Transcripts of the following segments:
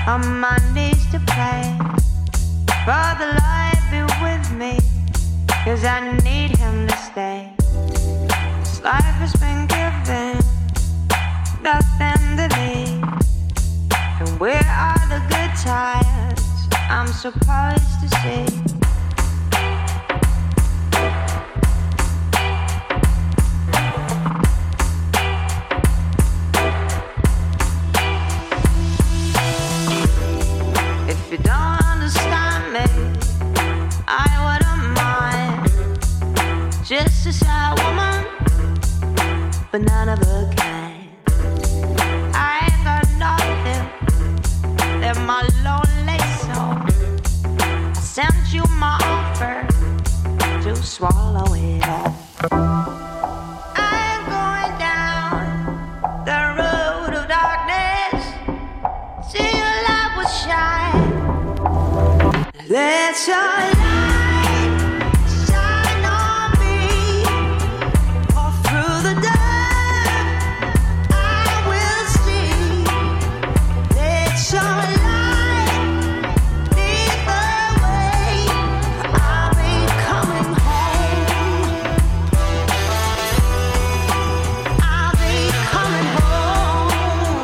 on my knees to pray. Father, Lord, be with me, 'cause I need him to stay. This life has been given, nothing to leave. And where are the good times I'm supposed to see? If you don't understand me, I wouldn't mind. Just a sad woman, but none of a kind. I ain't got nothing, they're my lonely soul. I sent you my offer to swallow it all. I'm going down the road of darkness, see your light will shine. Let your light shine on me, all through the dark I will see. Let your light lead the way, I'll be coming home. I'll be coming home.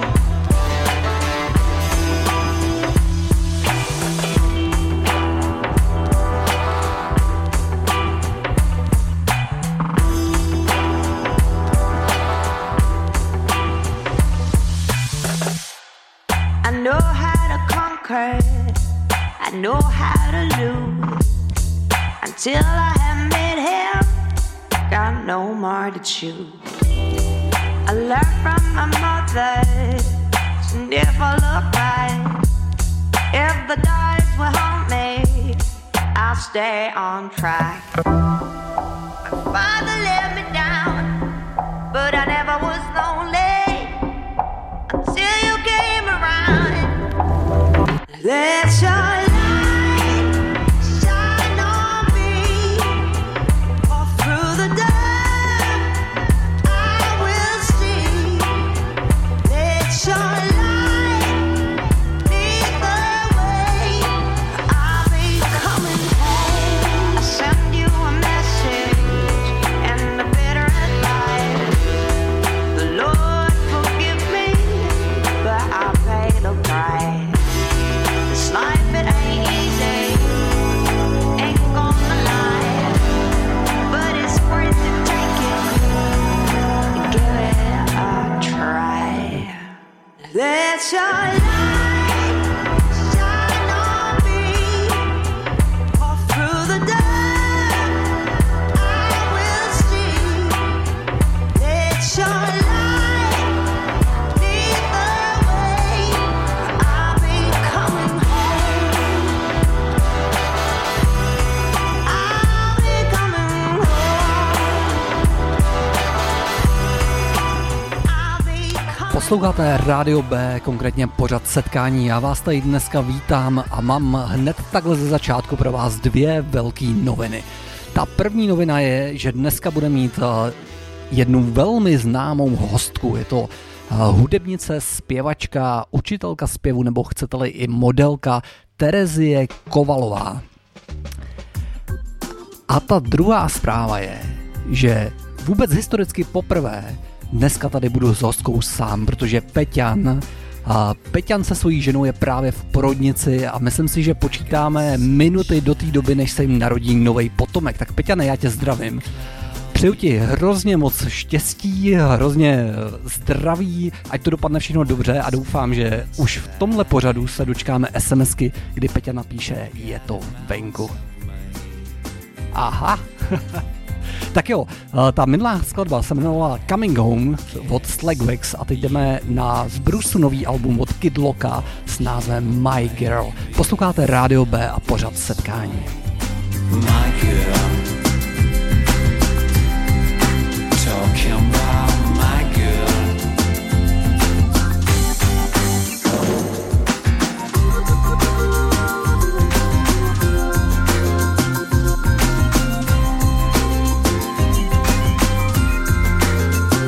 I know how to conquer, I know how to lose. Until I have met him, got no more to choose. I learned from my mother to never look right. If the dogs will haunt me, I'll stay on track. My father let me down, but I never was lonely until you came around. Let your light shine on me, all through the dark I will see. Let your light lead the way, I'll be coming home. I send you a message and a bitter advice. The Lord forgive me, but I'll pay the price. This life, it ain't easy, ain't gonna lie, but it's worth it, take it and give it a try. Let your light shine on me, all through the dark I will see. Let your light lead the way, I'll be coming home. I'll be coming home. I'll be coming. Posloucháte Rádio B, konkrétně pořad Setkání. Já vás tady dneska vítám a mám hned takhle ze začátku pro vás dvě velké noviny. Ta první novina je, že dneska bude mít jednu velmi známou hostku. Je to hudebnice, zpěvačka, učitelka zpěvu, nebo chcete-li i modelka Terezie Kovalová. A ta druhá zpráva je, že vůbec historicky poprvé dneska tady budu s hostkou sám, protože Peťan se svojí ženou je právě v porodnici a myslím si, že počítáme minuty do té doby, než se jim narodí nový potomek. Tak Peťane, já tě zdravím. Přeju ti hrozně moc štěstí, hrozně zdraví, ať to dopadne všechno dobře a doufám, že už v tomhle pořadu se dočkáme SMSky, kdy Peťa napíše, je to venku. Aha. Tak jo, ta minulá skladba se jmenovala Coming Home od Slagwax a teď jdeme na z Brusu nový album od Kid Locka s názvem My Girl. Posloucháte Rádio B a pořad Setkání. My girl, talking about my girl.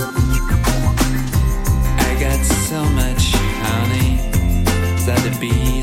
I got so much honey that the bee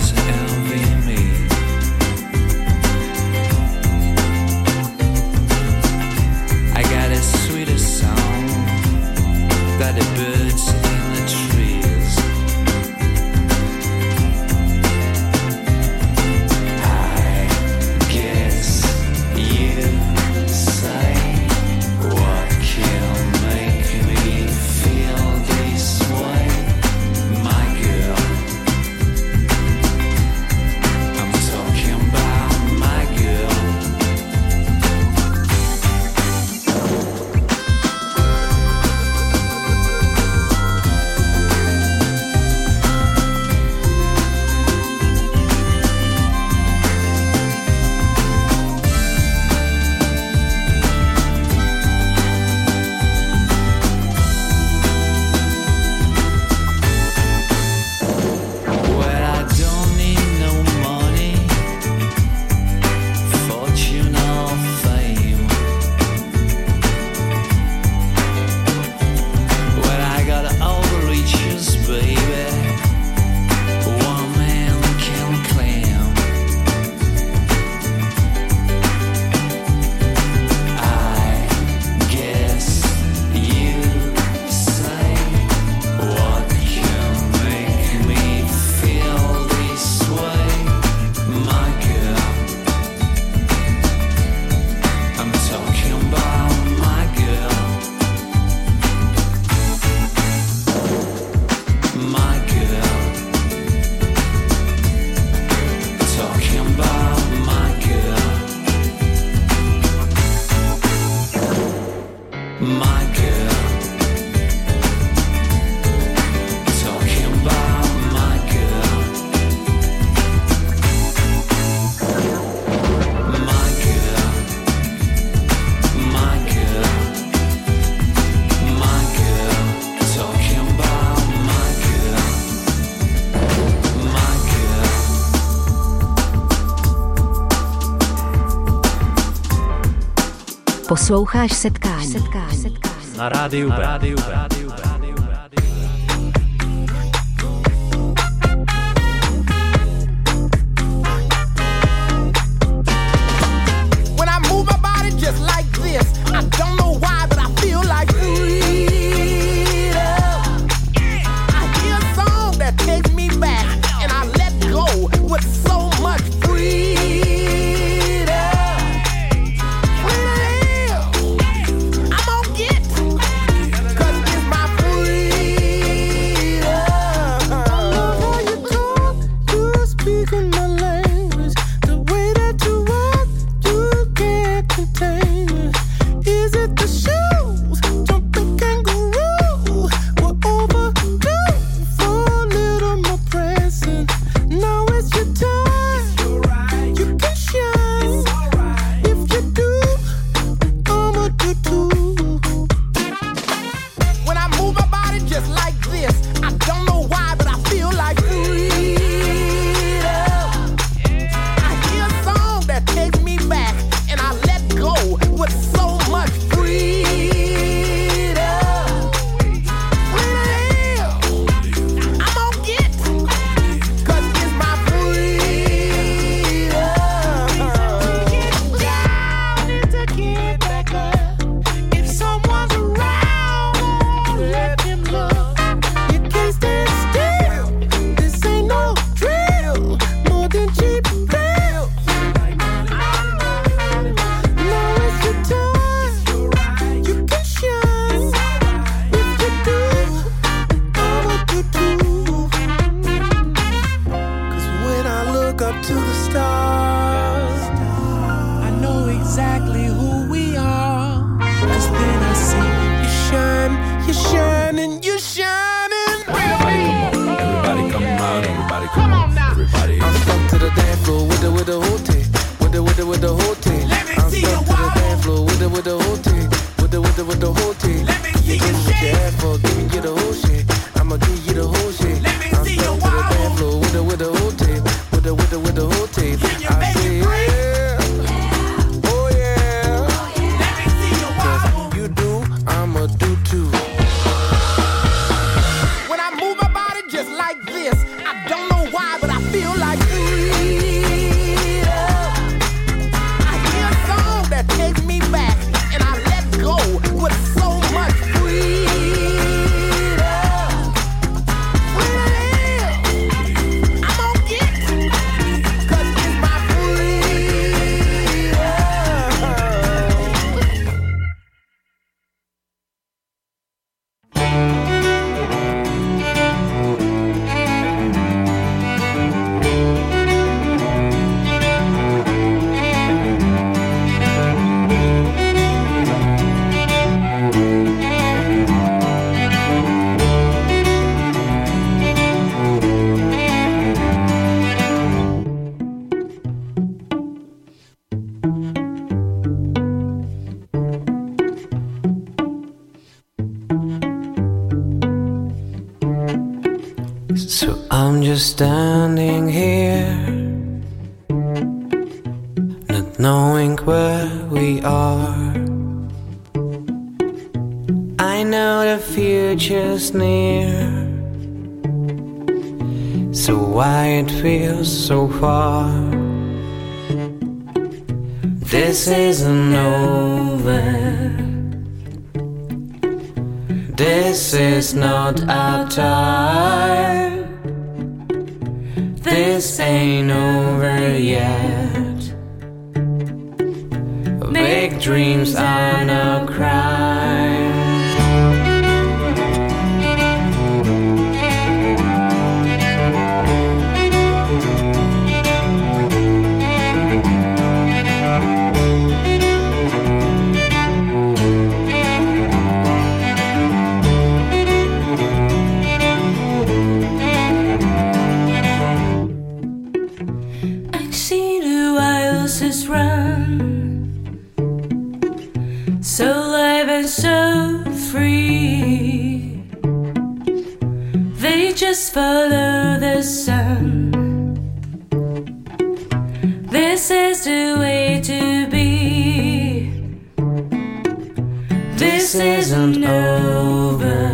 Posloucháš Setkání. Na rádiu B. When I move my body just like this, I don't know why, but I feel like freedom. I hear a song that takes me back, and I let go with so much freedom. Standing here, not knowing where we are. I know the future's near, so why it feels so far. This isn't over, this is not our time. This ain't over yet. Big dreams are no crime. So live and so free. They just follow the sun. This is the way to be. This isn't over.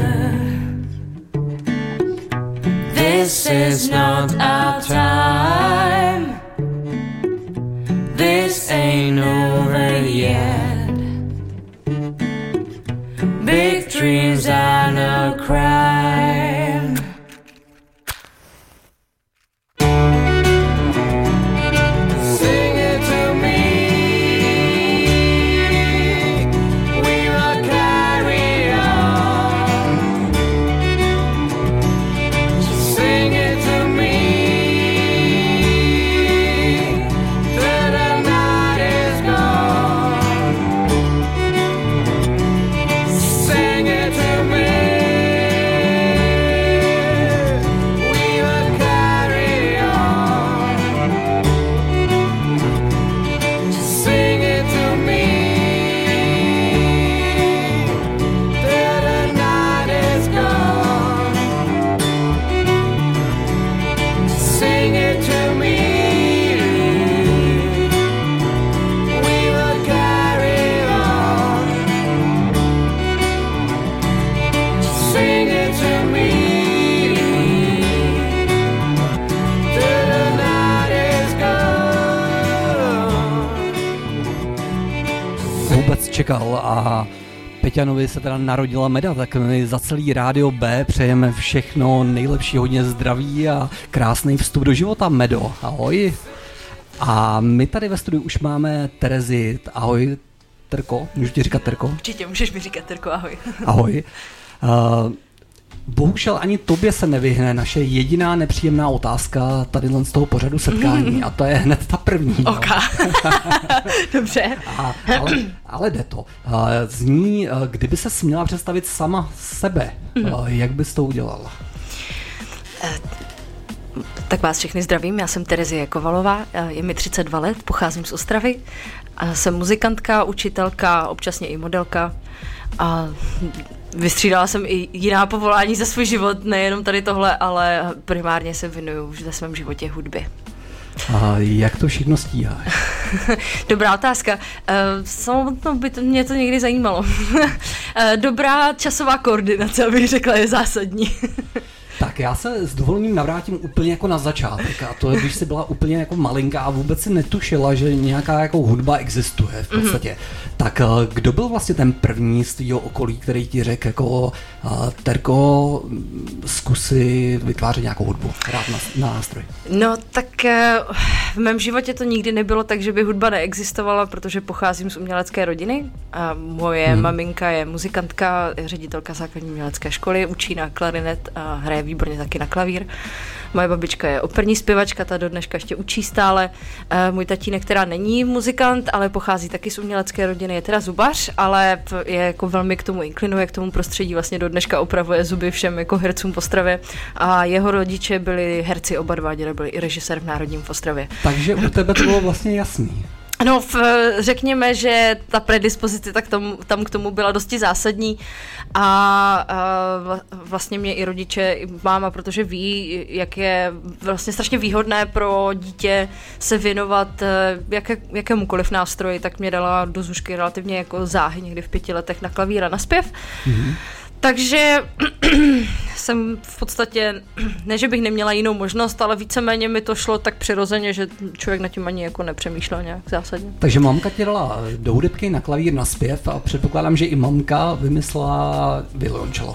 This is not our time. This ain't over yet. Big dreams are no crime. Sing it to me. We will carry on. Sing it to me. Till the night is gone. Sing it to me. We will carry on. Sing it to me. Till the night is gone. Sing it to me. We will carry on. Sing it to me. Till the night is gone. Vůbec čekal a Peťanovi se teda narodila Meda, tak my za celý Rádio B přejeme všechno nejlepší, hodně zdraví a krásný vstup do života, Medo. Ahoj. A my tady ve studiu už máme Terezi. Ahoj, Terko. Můžu ti říkat Terko? Určitě, můžeš mi říkat, Terko, ahoj. Ahoj. Bohužel ani tobě se nevyhne naše jediná nepříjemná otázka tady z toho pořadu setkání a to je hned ta první. OK. Dobře. Ale jde to. Zní, kdyby se směla představit sama sebe, jak bys to udělala? Tak vás všechny zdravím, já jsem Terezie Kovalová, je mi 32 let, pocházím z Ostravy, a jsem muzikantka, učitelka, občasně i modelka a vystřídala jsem i jiná povolání za svůj život, nejenom tady tohle, ale primárně se věnuju už ve svém životě hudbě. A jak to všechno stíháš? Dobrá otázka. Samotnou by mě to někdy zajímalo. Dobrá časová koordinace, abych řekla, je zásadní. Tak já se s dovolením navrátím úplně jako na začátek a to je, když jsi byla úplně jako malinká a vůbec si netušila, že nějaká jako hudba existuje v podstatě. Tak kdo byl vlastně ten první z tvýho okolí, který ti řekl jako Terko, zkusy vytvářet nějakou hudbu, hrát na nástroj? No tak v mém životě to nikdy nebylo tak, že by hudba neexistovala, protože pocházím z umělecké rodiny a moje maminka je muzikantka, je ředitelka základní umělecké školy, učí na klarinet a hraje výborně taky na klavír. Moje babička je operní zpěvačka, ta do dneška ještě učí stále. Můj tatínek, která není muzikant, ale pochází taky z umělecké rodiny, je teda zubař, ale je jako velmi k tomu inklinuje, k tomu prostředí, vlastně do dneška opravuje zuby všem jako hercům v Ostravě. A jeho rodiče byli herci oba dva, děda byl i režisér v Národním v Ostravě. Takže u tebe to bylo vlastně jasný. No, řekněme, že ta predispozice tak tam k tomu byla dosti zásadní a vlastně mě i rodiče, i máma, protože ví, jak je vlastně strašně výhodné pro dítě se věnovat jakémukoliv nástroji, tak mě dala do zušky relativně jako záhy někdy v 5 letech na klavír a na zpěv. Mm-hmm. Takže jsem v podstatě, ne, že bych neměla jinou možnost, ale víceméně mi to šlo tak přirozeně, že člověk nad tím ani jako nepřemýšlel nějak zásadně. Takže mamka tě dala do hudebky, na klavír, na zpěv a předpokládám, že i mamka vymyslela violoncello.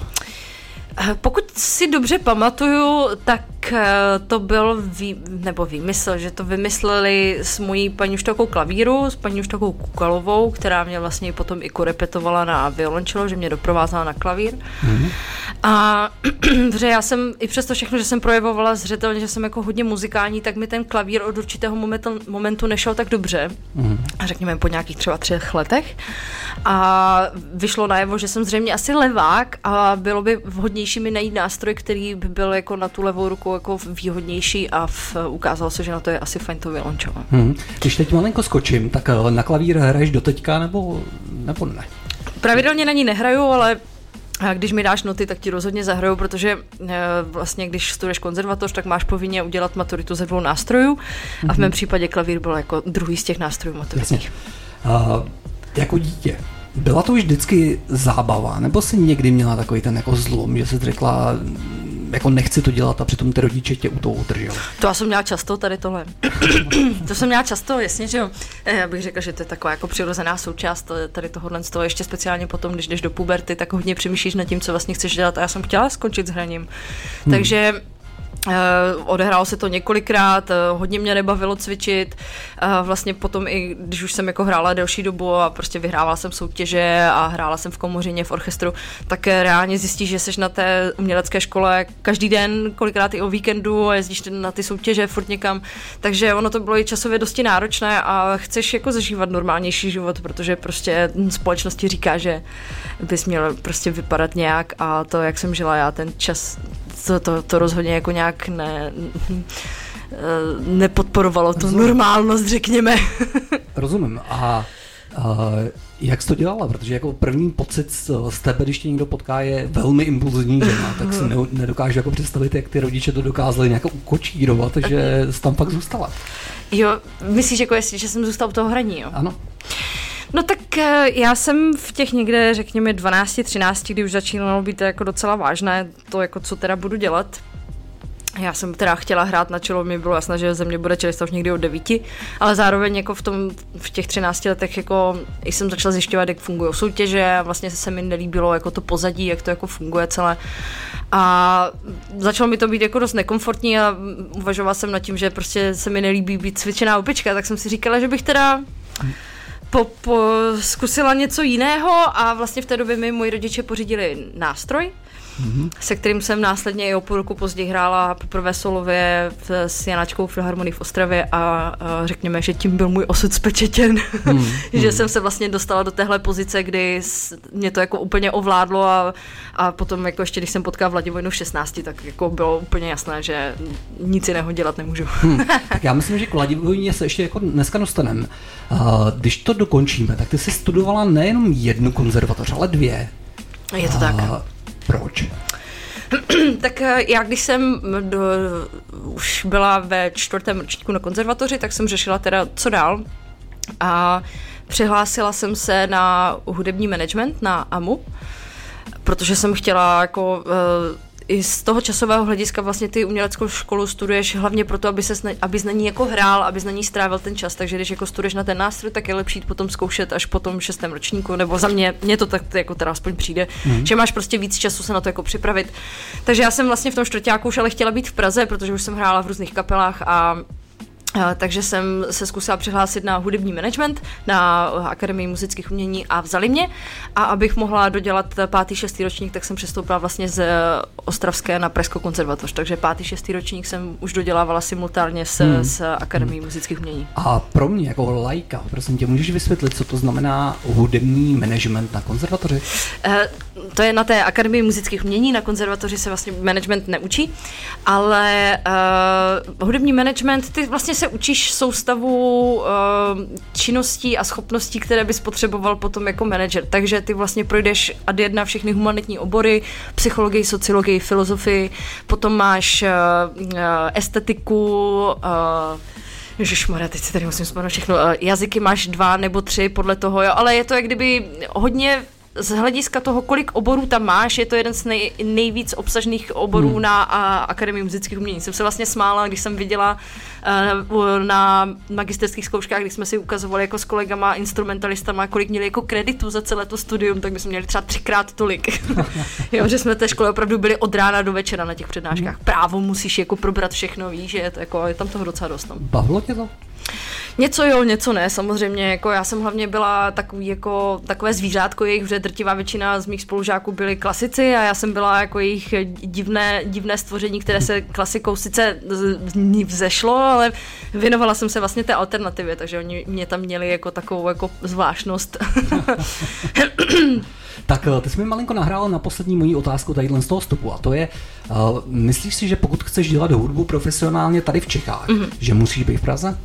Pokud si dobře pamatuju, tak to byl výmysl, že to vymysleli s mojí paňuštokou klavíru, s paňuštokou Kukalovou, která mě vlastně potom i korepetovala na violoncello, že mě doprovázela na klavír. Mm-hmm. A protože já jsem, i přesto všechno, že jsem projevovala zřetelně, že jsem jako hodně muzikální, tak mi ten klavír od určitého momentu nešel tak dobře. Mm-hmm. A řekněme po nějakých třeba 3 letech. A vyšlo najevo, že jsem zřejmě asi levák a bylo by vhodnější mi najít nástroj, který by byl jako na tu levou ruku jako výhodnější a ukázalo se, že na to je asi fajn to violoncello. Když teď malinko skočím, tak na klavír hraješ doteďka nebo ne? Pravidelně na ní nehraju, ale když mi dáš noty, tak ti rozhodně zahraju, protože vlastně když studuješ konzervatoř, tak máš povinně udělat maturitu ze 2 nástrojů a v mém případě klavír byl jako druhý z těch nástrojů maturitních. Jako dítě, Byla to už vždycky zábava, nebo jsi někdy měla takový ten jako zlom, že jsi řekla, jako nechci to dělat a přitom ty rodiče tě u toho udrželi? To já jsem měla často tady tohle. To jsem měla často, jasně, že jo. Já bych řekla, že to je taková jako přirozená součást tady tohohle z toho, ještě speciálně potom, když jdeš do puberty, tak hodně přemýšlíš nad tím, co vlastně chceš dělat a já jsem chtěla skončit s hraním. Takže odehrálo se to několikrát, hodně mě nebavilo cvičit, vlastně potom i když už jsem jako hrála delší dobu a prostě vyhrávala jsem soutěže a hrála jsem v komořině, v orchestru, tak reálně zjistíš, že jsi na té umělecké škole každý den, kolikrát i o víkendu a jezdíš na ty soutěže furt někam, takže ono to bylo i časově dosti náročné a chceš jako zažívat normálnější život, protože prostě společnosti říká, že bys měl prostě vypadat nějak a to, jak jsem žila já ten čas, to rozhodně jako nějak nepodporovalo tu normálnost, řekněme. Rozumím. A jak jsi to dělala? Protože jako první pocit z tebe, když tě někdo potká, je velmi impulzní žena, tak si nedokážu jako představit, jak ty rodiče to dokázali nějak ukočírovat, že jsi tam pak zůstala. Jo, myslíš, jako jestli, že jsem zůstala u toho hraní, jo? Ano. No tak já jsem v těch někde, řekněme, 12, 13, kdy už začínalo být jako docela vážné to, jako co teda budu dělat. Já jsem teda chtěla hrát na čelo, mi bylo jasné, že ze mě bude čelista už někdy od 9, ale zároveň jako v těch 13 letech jako jsem začala zjišťovat, jak fungují soutěže a vlastně se mi nelíbilo jako to pozadí, jak to jako funguje celé. A začalo mi to být jako dost nekomfortní a uvažovala jsem nad tím, že prostě se mi nelíbí být cvičená opička, tak jsem si říkala, že bych teda zkusila něco jiného a vlastně v té době mi moji rodiče pořídili nástroj, se kterým jsem následně i o půl roku později hrála poprvé solově s Janáčkou Filharmonii v Ostravě a řekněme, že tím byl můj osud spečetěn, že jsem se vlastně dostala do téhle pozice, kdy mě to jako úplně ovládlo a potom jako ještě, když jsem potkala Vladivojnu v 16, tak jako bylo úplně jasné, že nic jiného dělat nemůžu. Tak já myslím, že k Vladivojně se ještě jako dneska dostaneme. Když to dokončíme, tak ty jsi studovala nejenom jednu konzervatoř, ale 2. Je to tak. Proč? Tak já, když jsem už byla ve 4. ročníku na konzervatoři, tak jsem řešila teda, co dál. A přihlásila jsem se na hudební management na AMU, protože jsem chtěla jako i z toho časového hlediska vlastně ty uměleckou školu studuješ hlavně proto, abys na ní jako hrál, abys na ní strávil ten čas, takže když jako studuješ na ten nástroj, tak je lepší potom zkoušet až po tom 6. ročníku, nebo za mě to tak jako teda aspoň přijde, že máš prostě víc času se na to jako připravit. Takže já jsem vlastně v tom čtvrťáku už ale chtěla být v Praze, protože už jsem hrála v různých kapelách a takže jsem se zkusila přihlásit na hudební management na Akademii muzických umění a vzali mě. A abych mohla dodělat 5. 6. ročník, tak jsem přestoupila vlastně z Ostravské na Pražskou konzervatoř. Takže 5. 6. ročník jsem už dodělávala simultánně s Akademií muzických umění. A pro mě jako laika, prosím tě, můžeš vysvětlit, co to znamená hudební management na konzervatoři? To je na té Akademii muzických umění, na konzervatoři se vlastně management neučí, ale hudební management, ty vlastně se učíš soustavu činností a schopností, které bys potřeboval potom jako manažer. Takže ty vlastně projdeš ad jedna všechny humanitní obory, psychologii, sociologii, filozofii, potom máš estetiku, ježišmarja, teď si tady musím vzpomenout všechno, jazyky máš 2 nebo 3 podle toho, jo, ale je to jak kdyby hodně z hlediska toho, kolik oborů tam máš, je to jeden z nejvíc obsažných oborů na Akademii muzických umění. Jsem se vlastně smála, když jsem viděla na magisterských zkouškách, když jsme si ukazovali jako s kolegama, instrumentalistama, kolik měli jako kreditu za celé to studium, tak bychom měli třeba 3x tolik. Jo, že jsme v té škole opravdu byli od rána do večera na těch přednáškách. Právo musíš jako probrat všechno, víš, že je to jako, je tam toho docela dost. No. Bavilo tě to? Něco jo, něco ne, samozřejmě, jako já jsem hlavně byla takové zvířátko jejich, protože drtivá většina z mých spolužáků byli klasici a já jsem byla jako jejich divné stvoření, které se klasikou sice vzešlo, ale věnovala jsem se vlastně té alternativě, takže oni mě tam měli jako takovou jako zvláštnost. Tak ty jsi mi malinko nahrála na poslední moji otázku tadyhle z toho vstupu a to je, myslíš si, že pokud chceš dělat hudbu profesionálně tady v Čechách, že musíš být v Praze?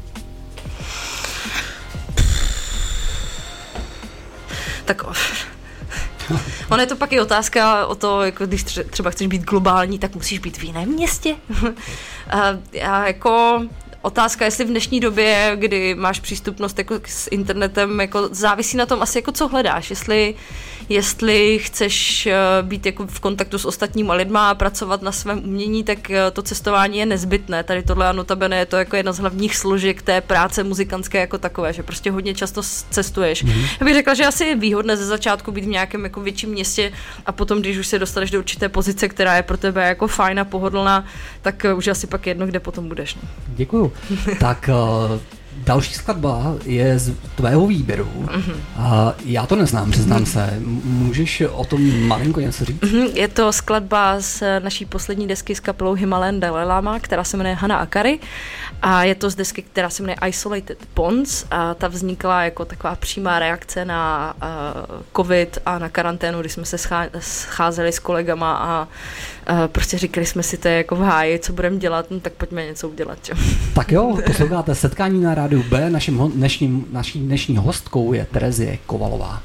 Tak ono je to pak i otázka o to, jako když třeba chceš být globální, tak musíš být v jiném městě. Já jako otázka, jestli v dnešní době, kdy máš přístupnost jako s internetem, jako závisí na tom asi jako co hledáš, jestli chceš být jako v kontaktu s ostatníma lidma a pracovat na svém umění, tak to cestování je nezbytné. Tady tohle a notabene je to jako jedna z hlavních složek té práce muzikantské jako takové, že prostě hodně často cestuješ. Já bych řekla, že asi je výhodné ze začátku být v nějakém jako větším městě a potom, když už se dostaneš do určité pozice, která je pro tebe jako fajn a pohodlná, tak už asi pak jedno, kde potom budeš. No. Děkuju. Tak další skladba je z tvého výběru. Já to neznám, přiznám se. Můžeš o tom malinko něco říct? Je to skladba z naší poslední desky s kapelou Himalayan Dalai Lama, která se jmenuje Hana Akari. A je to z desky, která se jmenuje Isolated Bonds. A ta vznikla jako taková přímá reakce na covid a na karanténu, kdy jsme se scházeli s kolegama a prostě říkali jsme si, to je jako v háji, co budeme dělat, no tak pojďme něco udělat. Čo? Tak jo, posloucháte Setkání na rádiu B, naší dnešní hostkou je Terezie Kovalová.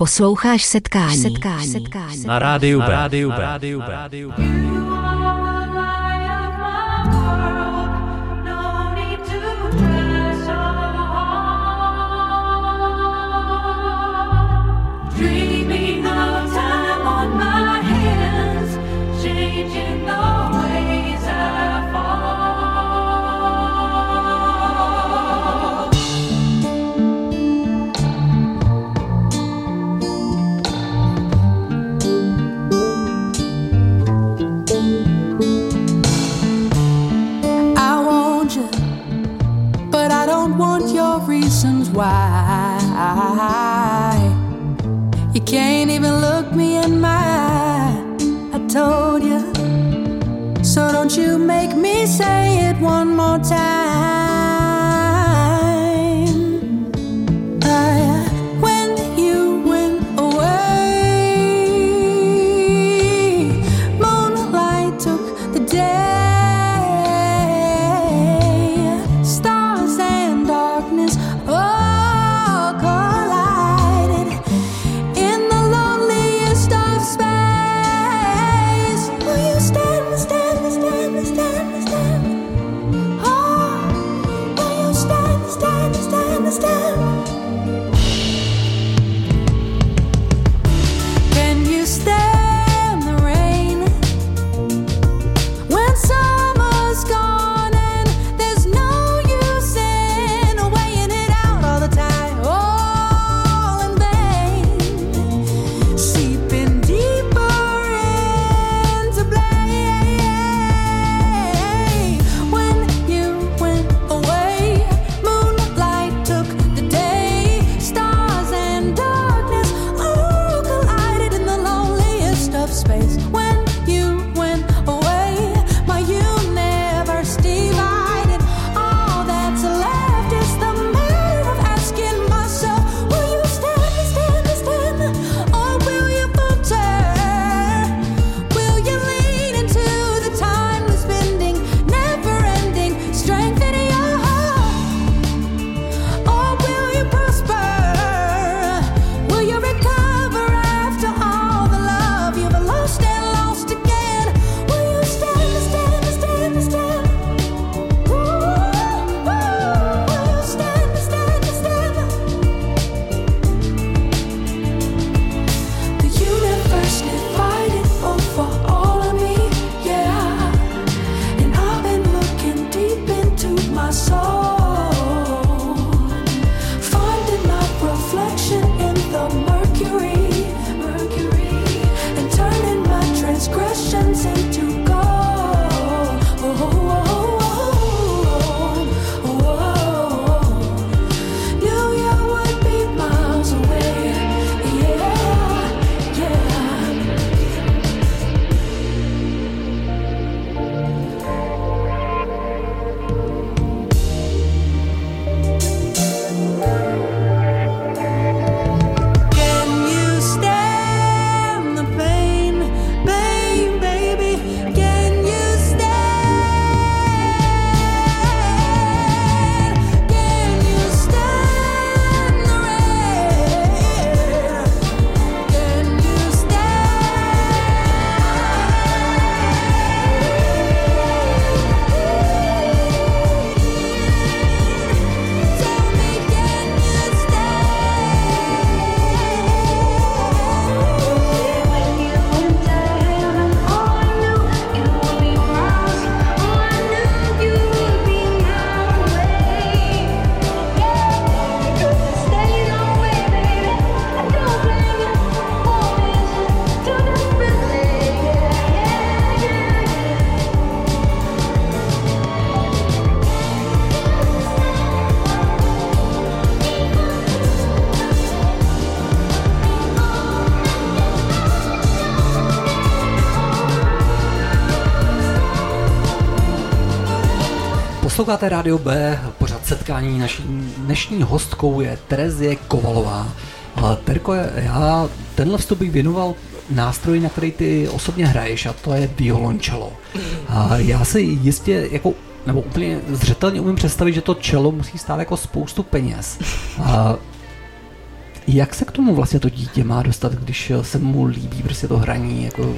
Posloucháš setkání. Na rádiu B. Dreaming of time on my hands, changing the ways I fall. I want you, but I don't want your reasons why. You can't even look me in my eye. I told you, so don't you make me say it one more time. When you went away, moonlight took the day, stars and darkness all collided in the loneliest of space. Will you stand? Oh, will you stand? Can you stand the rain when summer's gone and there's no use in weighing it out all the time, all in vain, seeping deeper into play? When you went away, moonlight took the day, stars and darkness all collided in the loneliest of space. When you went away, my universe divided. All that's left is the matter of asking myself, will you stand, or will you falter? Will you lean into the timeless bending, never-ending strength in your heart? Or will you prosper? Will you recover after all the love you've lost and lost again? Will you stand? Ooh, will you stand? The universe divided over all of me, yeah. And I've been looking deep into my soul, finding my reflection in the mercury, and turning my transgressions into gold. Knew you would be miles away, yeah. Can you stand the pain, baby? Can you stand? Can you stand the rain? Can you Tell me, can you When you went to heaven, oh, I knew you would be miles. Oh, I knew you would be my way. Yeah, you stay that way, baby. I don't blame you. Always do differently. Posloucháte Rádio B, pořad setkání. Naší dnešní hostkou je Terezie Kovalová. Terko, já tenhle vstup bych věnoval nástroji, na který ty osobně hraješ, a to je violoncello. Já si jistě jako nebo úplně zřetelně umím představit, že to cello musí stát jako spoustu peněz. Jak se k tomu vlastně to dítě má dostat, když se mu líbí prostě to hraní? Jako...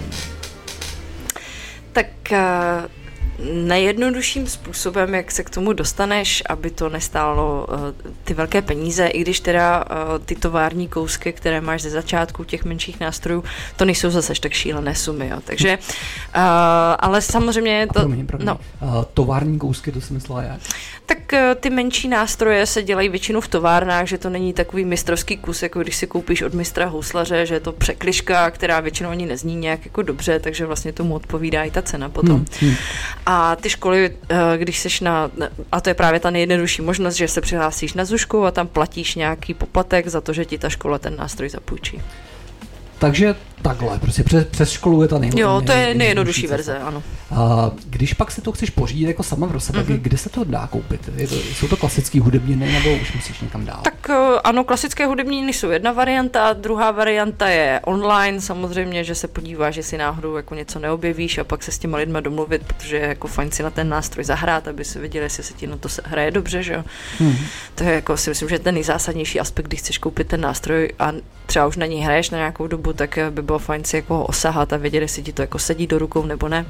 Tak nejjednodušším způsobem, jak se k tomu dostaneš, aby to nestálo ty velké peníze, i když teda ty tovární kousky, které máš ze začátku těch menších nástrojů, to nejsou zase tak šílené sumy, jo. Takže, ale samozřejmě to... Promiň. No. Tovární kousky, to jsem myslela jak? Tak ty menší nástroje se dělají většinou v továrnách, že to není takový mistrovský kus, jako když si koupíš od mistra houslaře, že je to překližka, která většinou ani nezní nějak jako dobře, takže vlastně tomu odpovídá i ta cena potom. A ty školy, když seš a to je právě ta nejjednodušší možnost, že se přihlásíš na zušku a tam platíš nějaký poplatek za to, že ti ta škola ten nástroj zapůjčí. Takže takhle, prostě přes školu je ta Jo, to je nejjednodušší verze, ano. A když pak si to chceš pořídit jako sama pro sebe, kde se to dá koupit? Jsou to klasické hudebniny, nebo už musíš někam dál? Tak ano, klasické hudebniny jsou jedna varianta, druhá varianta je online, samozřejmě, že se podíváš, že si náhodou jako něco neobjevíš a pak se s těma lidma domluvit, protože je jako fajn si na ten nástroj zahrát, aby se viděli, jestli se ti na to hraje dobře, že jo. To je jako si myslím, že ten nejzásadnější aspekt, když chceš koupit ten nástroj a třeba už na něj hraješ na nějakou dobu, tak by bylo fajn si jako ho osahat a vědět, jestli ti to jako sedí do rukou nebo ne.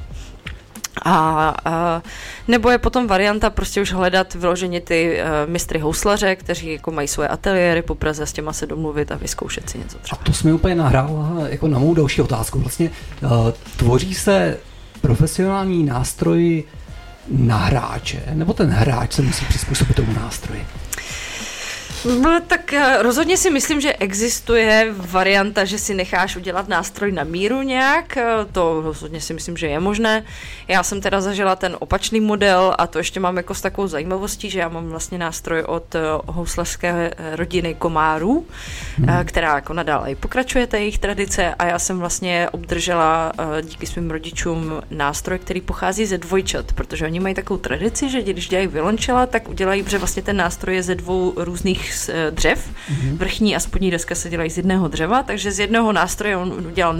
A nebo je potom varianta prostě už hledat vyloženě ty mistry houslaře, kteří jako mají svoje ateliéry po Praze, s těma se domluvit a vyzkoušet si něco třeba. A to jsme úplně nahrál jako na mou další otázku. Vlastně tvoří se profesionální nástroj na hráče, nebo ten hráč se musí přizpůsobit tomu nástroji? No, tak rozhodně si myslím, že existuje varianta, že si necháš udělat nástroj na míru nějak, to rozhodně si myslím, že je možné. Já jsem teda zažila ten opačný model a to ještě mám jako s takovou zajímavostí, že já mám vlastně nástroj od houslařské rodiny Komárů, která jako nadále i pokračuje té jejich tradice a já jsem vlastně obdržela díky svým rodičům nástroj, který pochází ze dvojčat, protože oni mají takovou tradici, že když dělají violončela, tak udělají, protože vlastně ten nástroj je ze dvou různých dřev. Vrchní a spodní deska se dělají z jedného dřeva, takže z jednoho nástroje on udělal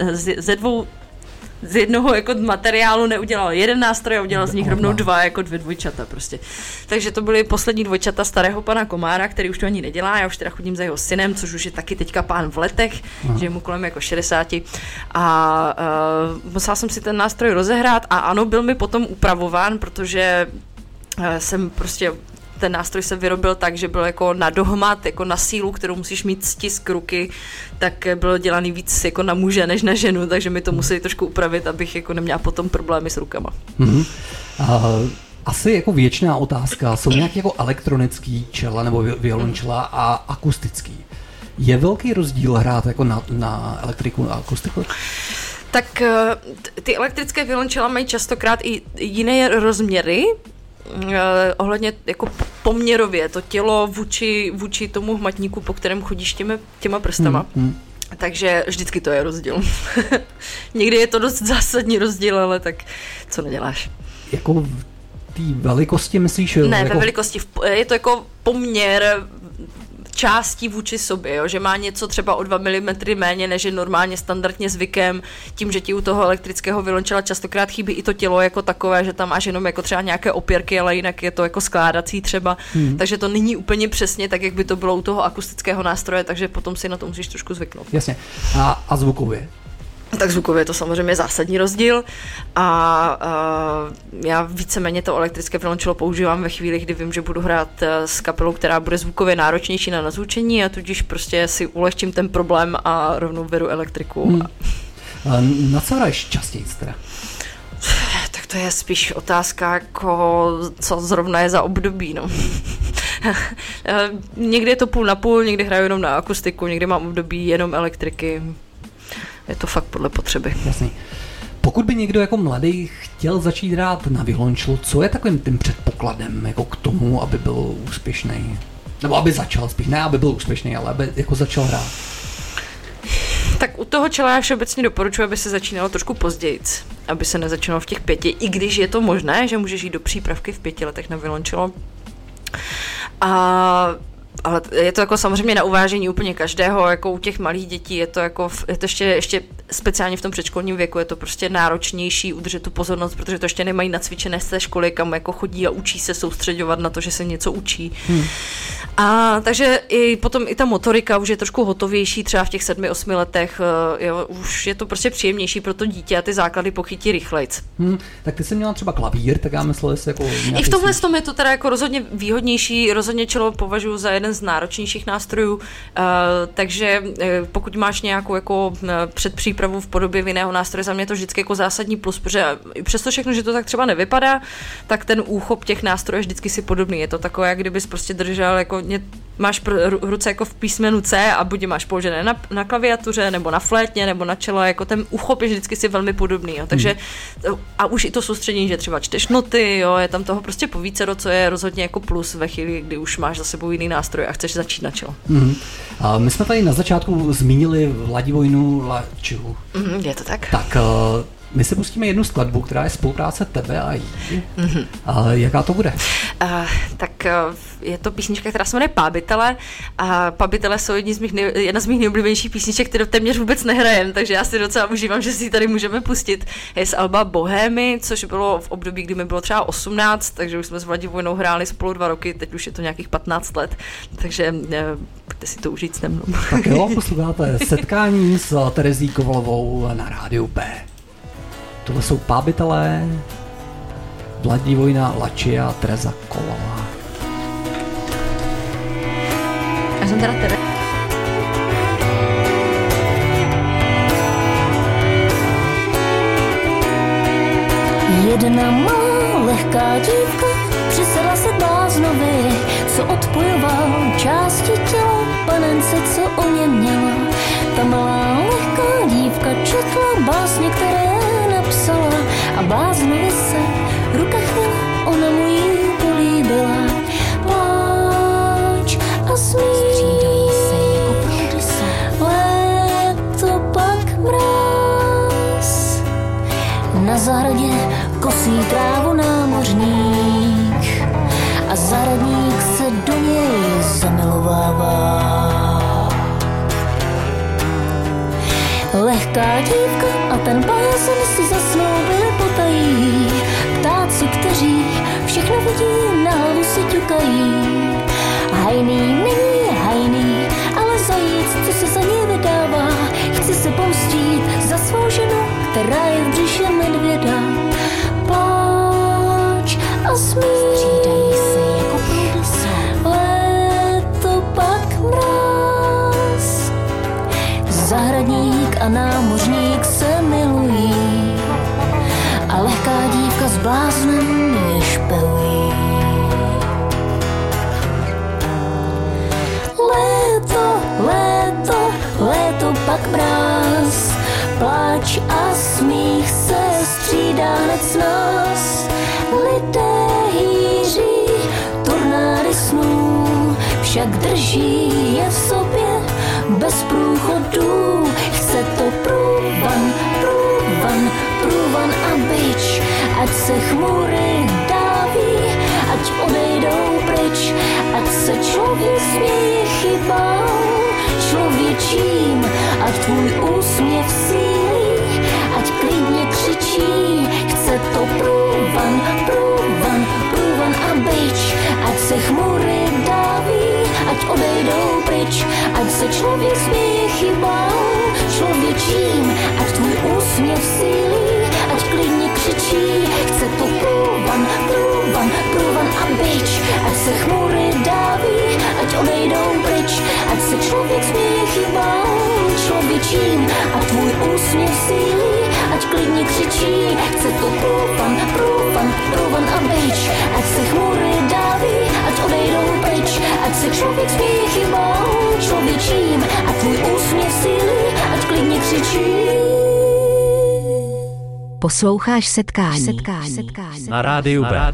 z jednoho jako materiálu neudělal jeden nástroj a udělal z nich rovnou dva, jako dvě dvojčata prostě. Takže to byly poslední dvojčata starého pana Komára, který už to ani nedělá, já už teda chodím za jeho synem, což už je taky teďka pán v letech, že je mu kolem jako 60 a musela jsem si ten nástroj rozehrát a ano, byl mi potom upravován, protože jsem prostě ten nástroj se vyrobil tak, že byl jako na dohmat, jako na sílu, kterou musíš mít stisk ruky, tak bylo dělaný víc jako na muže než na ženu, takže mi to museli trošku upravit, abych jako neměla potom problémy s rukama. Asi jako věčná otázka, jsou nějaký jako elektronický čela nebo violončela a akustický. Je velký rozdíl hrát jako na elektriku a akustiku? Tak ty elektrické violončela mají častokrát i jiné rozměry, ohledně jako poměrově to tělo vůči tomu hmatníku, po kterém chodíš těma prstama. Takže vždycky to je rozdíl. Někdy je to dost zásadní rozdíl, ale tak co neděláš. Jako v té velikosti myslíš? Ne, jako... ve velikosti. Je to jako poměr částí vůči sobě, jo? Že má něco třeba o 2 mm méně, než je normálně standardně zvykem, tím, že ti u toho elektrického violončela častokrát chybí i to tělo jako takové, že tam máš jenom jako třeba nějaké opěrky, ale jinak je to jako skládací třeba, takže to není úplně přesně tak, jak by to bylo u toho akustického nástroje, takže potom si na to musíš trošku zvyknout. Jasně. A zvukově? Tak zvukově je to samozřejmě zásadní rozdíl a já víceméně to elektrické violončelo používám ve chvíli, kdy vím, že budu hrát s kapelou, která bude zvukově náročnější na nazvučení a tudíž prostě si ulehčím ten problém a rovnou beru elektriku. Na co hraješ častěji teda? Tak to je spíš otázka, jako co zrovna je za období, no. Někdy je to půl na půl, někdy hraju jenom na akustiku, někdy mám období jenom elektriky. Je to fakt podle potřeby. Jasný. Pokud by někdo jako mladý chtěl začít hrát na violončelu, co je takovým tím předpokladem jako k tomu, aby byl úspěšný? Nebo aby začal, spíš ne, aby byl úspěšný, ale aby jako začal hrát. Tak u toho čela já všeobecně doporučuji, aby se začínalo trošku později, aby se nezačínalo v těch 5, i když je to možné, že můžeš jít do přípravky v 5 letech na violončelo. A ale je to jako samozřejmě na uvážení úplně každého, jako u těch malých dětí je to jako, je to ještě speciálně v tom předškolním věku, je to prostě náročnější udržet tu pozornost, protože to ještě nemají nacvičené z té školy, kam jako chodí a učí se soustředovat na to, že se něco učí. A takže potom i ta motorika už je trošku hotovější, třeba v těch 7-8 letech, jo, už je to prostě příjemnější pro to dítě a ty základy pochytí rychlejc. Tak ty jsi měla třeba klavír, tak já myslel, že jako i v tomhle tom je to teda jako rozhodně výhodnější, rozhodně čelo považuji za jeden z náročnějších nástrojů, takže pokud máš nějakou jako předpřípravu v podobě jiného nástroje, za mě je to vždycky jako zásadní plus, protože přesto všechno, že to tak třeba nevypadá, tak ten úchop těch nástrojů je vždycky si podobný. Je to takové, jak kdybys prostě držel jako máš ruce jako v písmenu C a buď je máš položené na klaviatuře, nebo na flétně, nebo na čele, jako ten úchop je vždycky si velmi podobný, jo. Takže a už i to soustředění, že třeba čteš noty, jo, je tam toho prostě povícero, co je rozhodně jako plus ve chvíli, kdy už máš za sebou jiný nástroj a chceš začít na čelo. A my jsme tady na začátku zmínili Vladivojnu Lačiu. Je to tak? Tak my se pustíme jednu skladbu, která je spolupráce tebe a jí. Jaká to bude? Tak je to písnička, která se jmenuje Pábitele. A Pábitele jsou jedna z mých nejoblíbenějších písniček, kterou téměř vůbec nehrajem, takže já si docela užívám, že si ji tady můžeme pustit. Je z alba Bohémy, což bylo v období, kdy mi bylo třeba 18, takže už jsme s Vladivojnou hráli spolu 2 roky, teď už je to nějakých 15 let, takže pojďte si to užít se mnou. Tak jo, posloucháte setkání s Terezí Kovalovou na Rádiu B. Tohle jsou Pábitelé, Vladivojna Lačia a Tereza Kovalová. Já jsem teda Tereza. Jedna má lehká dívka přisedla se bláznovi, co odpojoval části těla panence, co o něm měla. Ta malá lehká dívka četla básně, které napsala a bláznovi se ruka chvěla, ona mu ji políbila. Pláč a smích, střídají se jako proudy se, léto pak mráz. Na zahradě kosí trávu námořník a zahradník se do něj zamilovává. Lehká dívka a ten blázen si zasnoubili potají. Ptáci, kteří všechno vidí, na hlavu si ťukají. Hajný není hajný, ale zajíc, co se za něj vydává. Chci se pomstít za svou ženu, která je v břiše medvěda. Pláč a smích, střídají se jako proudy se, léto pak mráz. Zahradník a námořník se milují a lehká dívka s bláznem je špelují. Léto, léto, léto pak mráz, pláč a smích se střídá hned s nás. Lidé hýří tornády snů, však drží je v sobě bez průchodů. Chce to průvan, průvan, průvan a bič, ať se chmury dáví, ať odejdou pryč, ať se člověk směje chybám člověčím, ať tvůj úsměv sílí, ať klidně křičí. Chce to průvan, průvan, průvan a bič, ať se chmury dáví, ať odejdou pryč, ať se člověk směje chybám člověčím, ať tvůj úsměv sílí, ať klidně křičí. Chce to průvan, průvan, průvan a bič, ať se chmury dáví, ať odejdou pryč, ať se člověk směje chybám člověčím, ať tvůj úsměv sílí, ať klidně křičí. Chce to průvan, průvan, průvan a bič, ať se chmury dáví, ať odejdou pryč, ať se člověk směje chybám člověčím, ať tvůj úsměv sílí, ať klidně křičí. Posloucháš setkání. Na Rádiu B.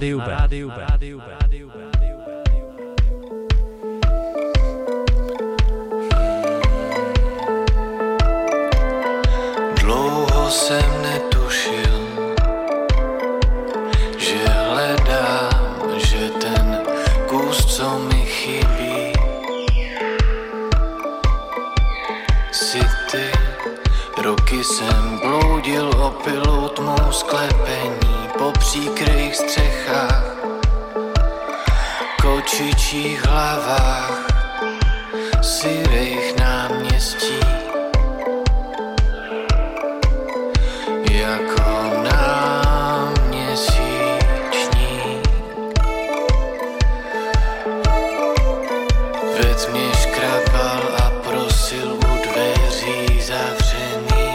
Dlouho jsem netušil, že hledám, že ten kus, co mi chybí, jsem bloudil opilou tmou sklepení po příkrých střechách, kočičích hlavách, syrých náměstí. Jako náměsíčník ve tmě škrabal a prosil u dveří zavřený.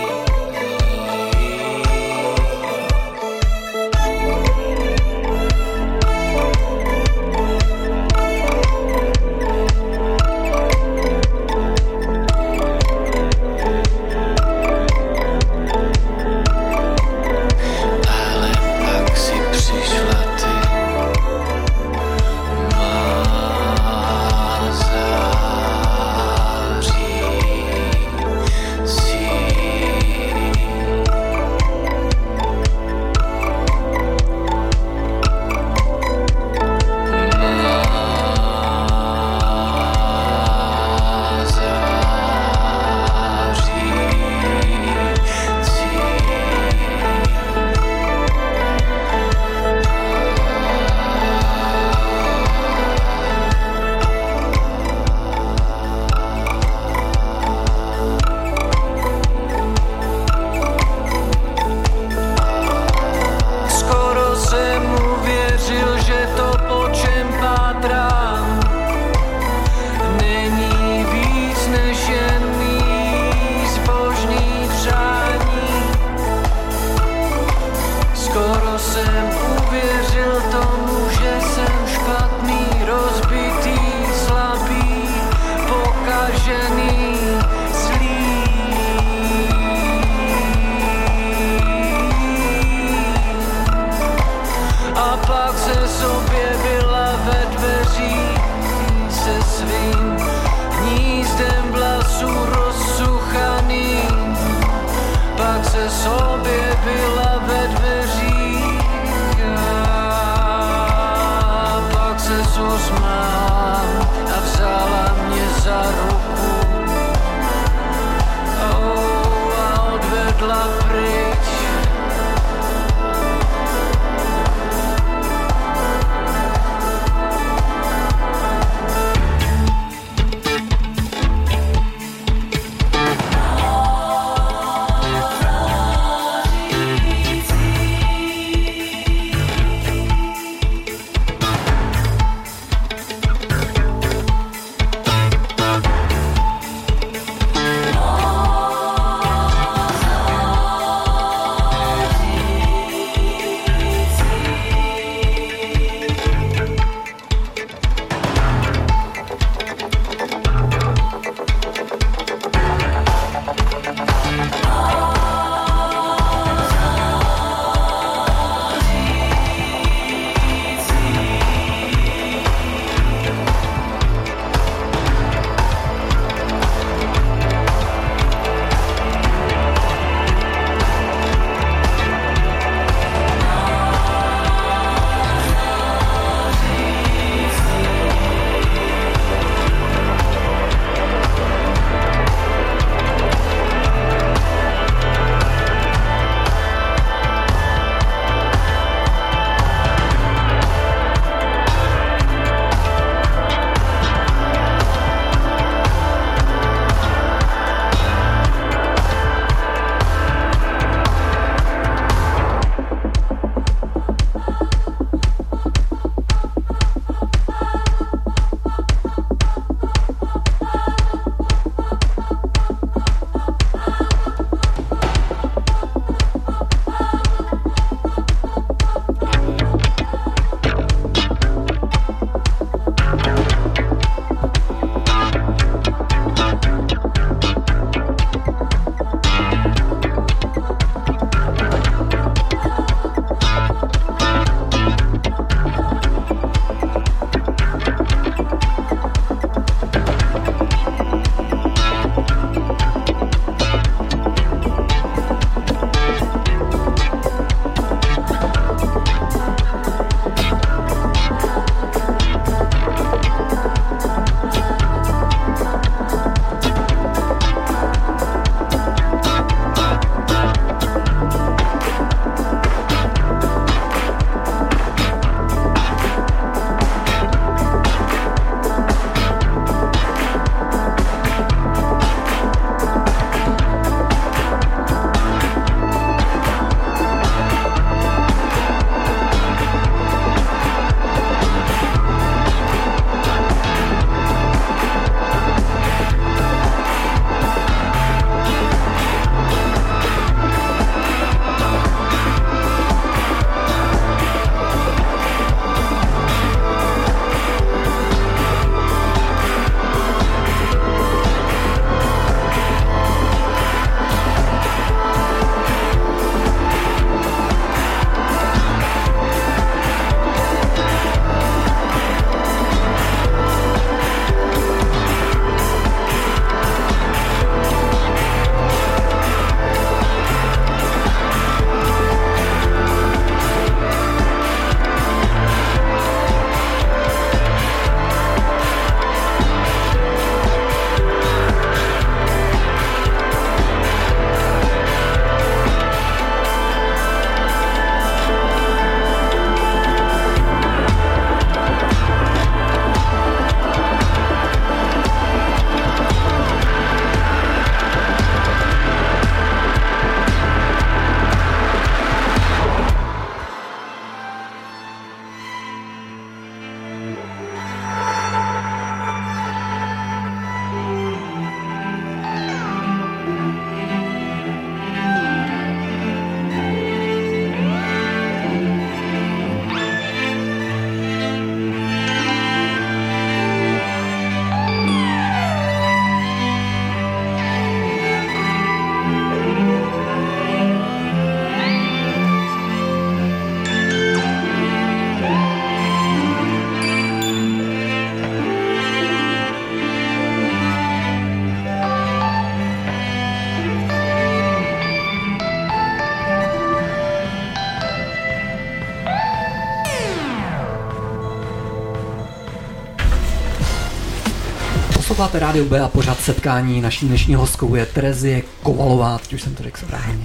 Posloucháte Rádio B a pořád setkání. Naší dnešní hostkou je Terezie Kovalová, teď už jsem to řekl správně.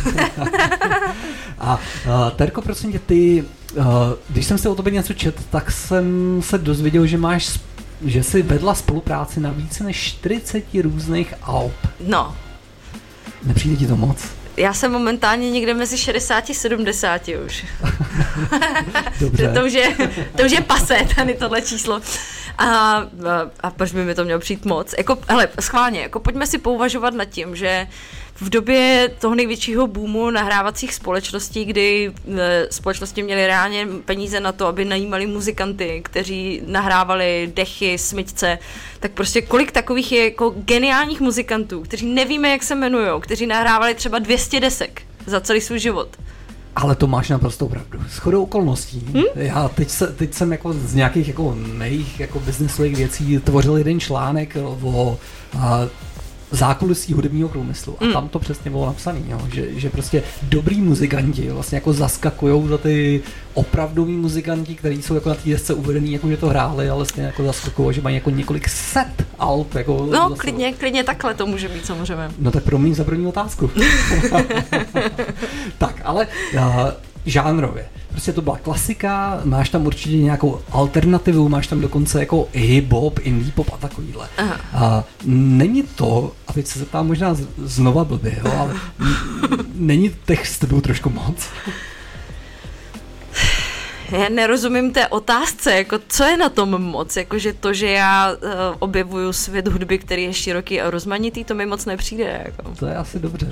A Terko, prosím tě, ty, když jsem si o tobě něco četl, tak jsem se dozvěděl, že jsi vedla spolupráci na více než 40 různých alb. No. Nepřijde ti to moc? Já jsem momentálně někde mezi 60 a 70 už. Dobře. to už je pasé, tady tohle číslo. A proč by mi to mělo přijít moc? Jako, hele, schválně, jako pojďme si pouvažovat nad tím, že v době toho největšího boomu nahrávacích společností, kdy společnosti měly reálně peníze na to, aby najímali muzikanty, kteří nahrávali dechy, smyčce, tak prostě kolik takových je jako geniálních muzikantů, kteří nevíme, jak se jmenujou, kteří nahrávali třeba 200 desek za celý svůj život. Ale to máš naprosto pravdu. Shodou okolností. Já teď jsem jako z nějakých jako mých jako biznesových věcí tvořil jeden článek o zákulisí hudebního průmyslu. A tam to přesně bylo napsané, že prostě dobrý muzikanti vlastně jako zaskakujou za ty opravdoví muzikanti, kteří jsou jako na té desce uvedený, jako že to hráli, ale vlastně jako zaskakují, že mají jako několik set alb. Jako no, klidně takhle to může být samozřejmě. No tak promiň za první otázku. Tak, ale žánrově. Prostě to byla klasika, máš tam určitě nějakou alternativu, máš tam dokonce jako hip-hop, indie-pop a takovýhle. A není to, a teď se zeptám možná znova blbě, ale není těch s tebou trošku moc? Já nerozumím té otázce, jako co je na tom moc, jakože to, že já objevuju svět hudby, který je široký a rozmanitý, to mi moc nepřijde. Jako. To je asi dobře.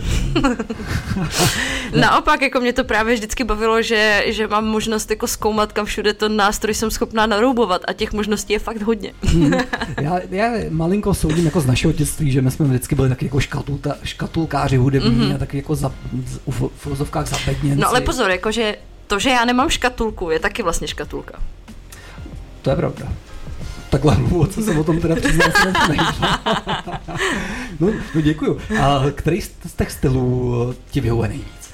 Naopak, jako mě to právě vždycky bavilo, že mám možnost jako zkoumat, kam všude to nástroj jsem schopná naroubovat a těch možností je fakt hodně. já malinko soudím jako z našeho dětství, že my jsme vždycky byli taky jako škatulkáři hudební a taky jako v filozofkách zapedněnci. No ale pozor, jakože to, že já nemám škatulku, je taky vlastně škatulka. To je pravda. Takhle hluboce jsem o tom teda přiznal se no děkuju. A který z těch stylů ti vyhovuje nejvíc?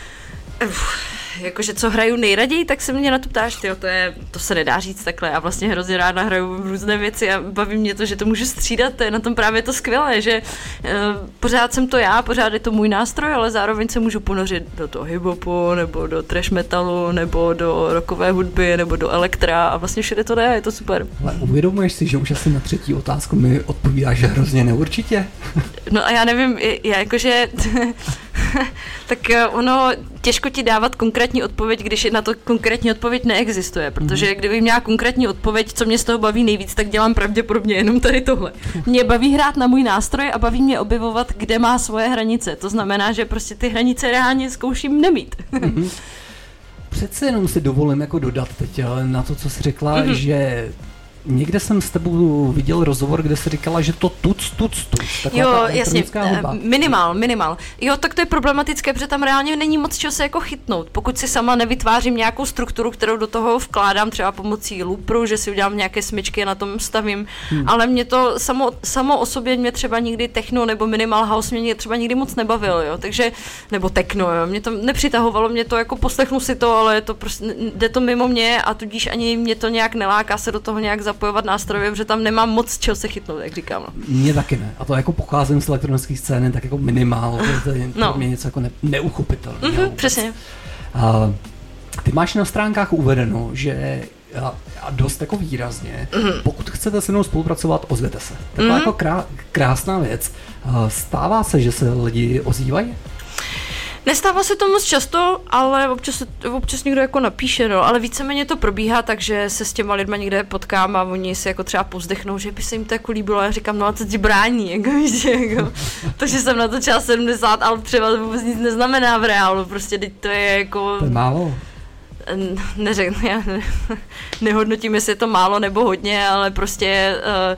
Jakože co hraju nejraději, tak se mě na to ptáš, tyjo, to se nedá říct takhle. Já vlastně hrozně ráda hraju různé věci a baví mě to, že to můžu střídat, to je na tom právě to skvělé, že pořád jsem to já, pořád je to můj nástroj, ale zároveň se můžu ponořit do toho hip-hopu, nebo do trash metalu, nebo do rockové hudby, nebo do elektra a vlastně všude to jde, je to super. Ale uvědomuješ si, že už asi na třetí otázku mi odpovídáš hrozně neurčitě? No a já nevím, já jakože tak ono těžko ti dávat konkrétní odpověď, když na to konkrétní odpověď neexistuje, protože kdyby měla konkrétní odpověď, co mě z toho baví nejvíc, tak dělám pravděpodobně jenom tady tohle. Mě baví hrát na můj nástroj a baví mě objevovat, kde má svoje hranice. To znamená, že prostě ty hranice reálně zkouším nemít. Přece jenom si dovolím jako dodat teď na to, co jsi řekla, že někde jsem s tebou viděl rozhovor, kde jsi říkala, že to tuc. Jo, jasně, minimál. Jo, tak to je problematické, protože tam reálně není moc čeho se jako chytnout. Pokud si sama nevytvářím nějakou strukturu, kterou do toho vkládám třeba pomocí looperu, že si udělám nějaké smyčky a na tom stavím, ale mě to samo o sobě mě třeba nikdy techno nebo minimal house mě třeba nikdy moc nebavil, jo, takže, nebo techno, jo, mě to nepřitahovalo, mě to jako poslechnu si to, ale to prostě, jde to mimo mě a tudíž ani mě to nějak neláká se do toho nějak zapojovat nástroje, protože tam nemám moc čeho se chytnout, jak říkám. Mně taky ne. A to jako pocházím z elektronické scény, tak jako minimál, to je pro mě něco jako neuchopitelného. Přesně. Ty máš na stránkách uvedeno, že a dost jako výrazně, pokud chcete se mnou spolupracovat, ozvěte se. Taková jako krásná věc. Stává se, že se lidi ozývají? Nestává se to moc často, ale občas někdo jako napíše, no, ale víceméně to probíhá, takže se s těma lidma někde potkám a oni si jako třeba povzdechnou, že by se jim to jako líbilo a já říkám, no a co ti brání, jako víš, jako, to, že jsem natočila 70, ale třeba to vůbec nic neznamená v reálu, prostě teď to je jako... To je málo. Neřeknu, já nehodnotím, jestli je to málo nebo hodně, ale prostě...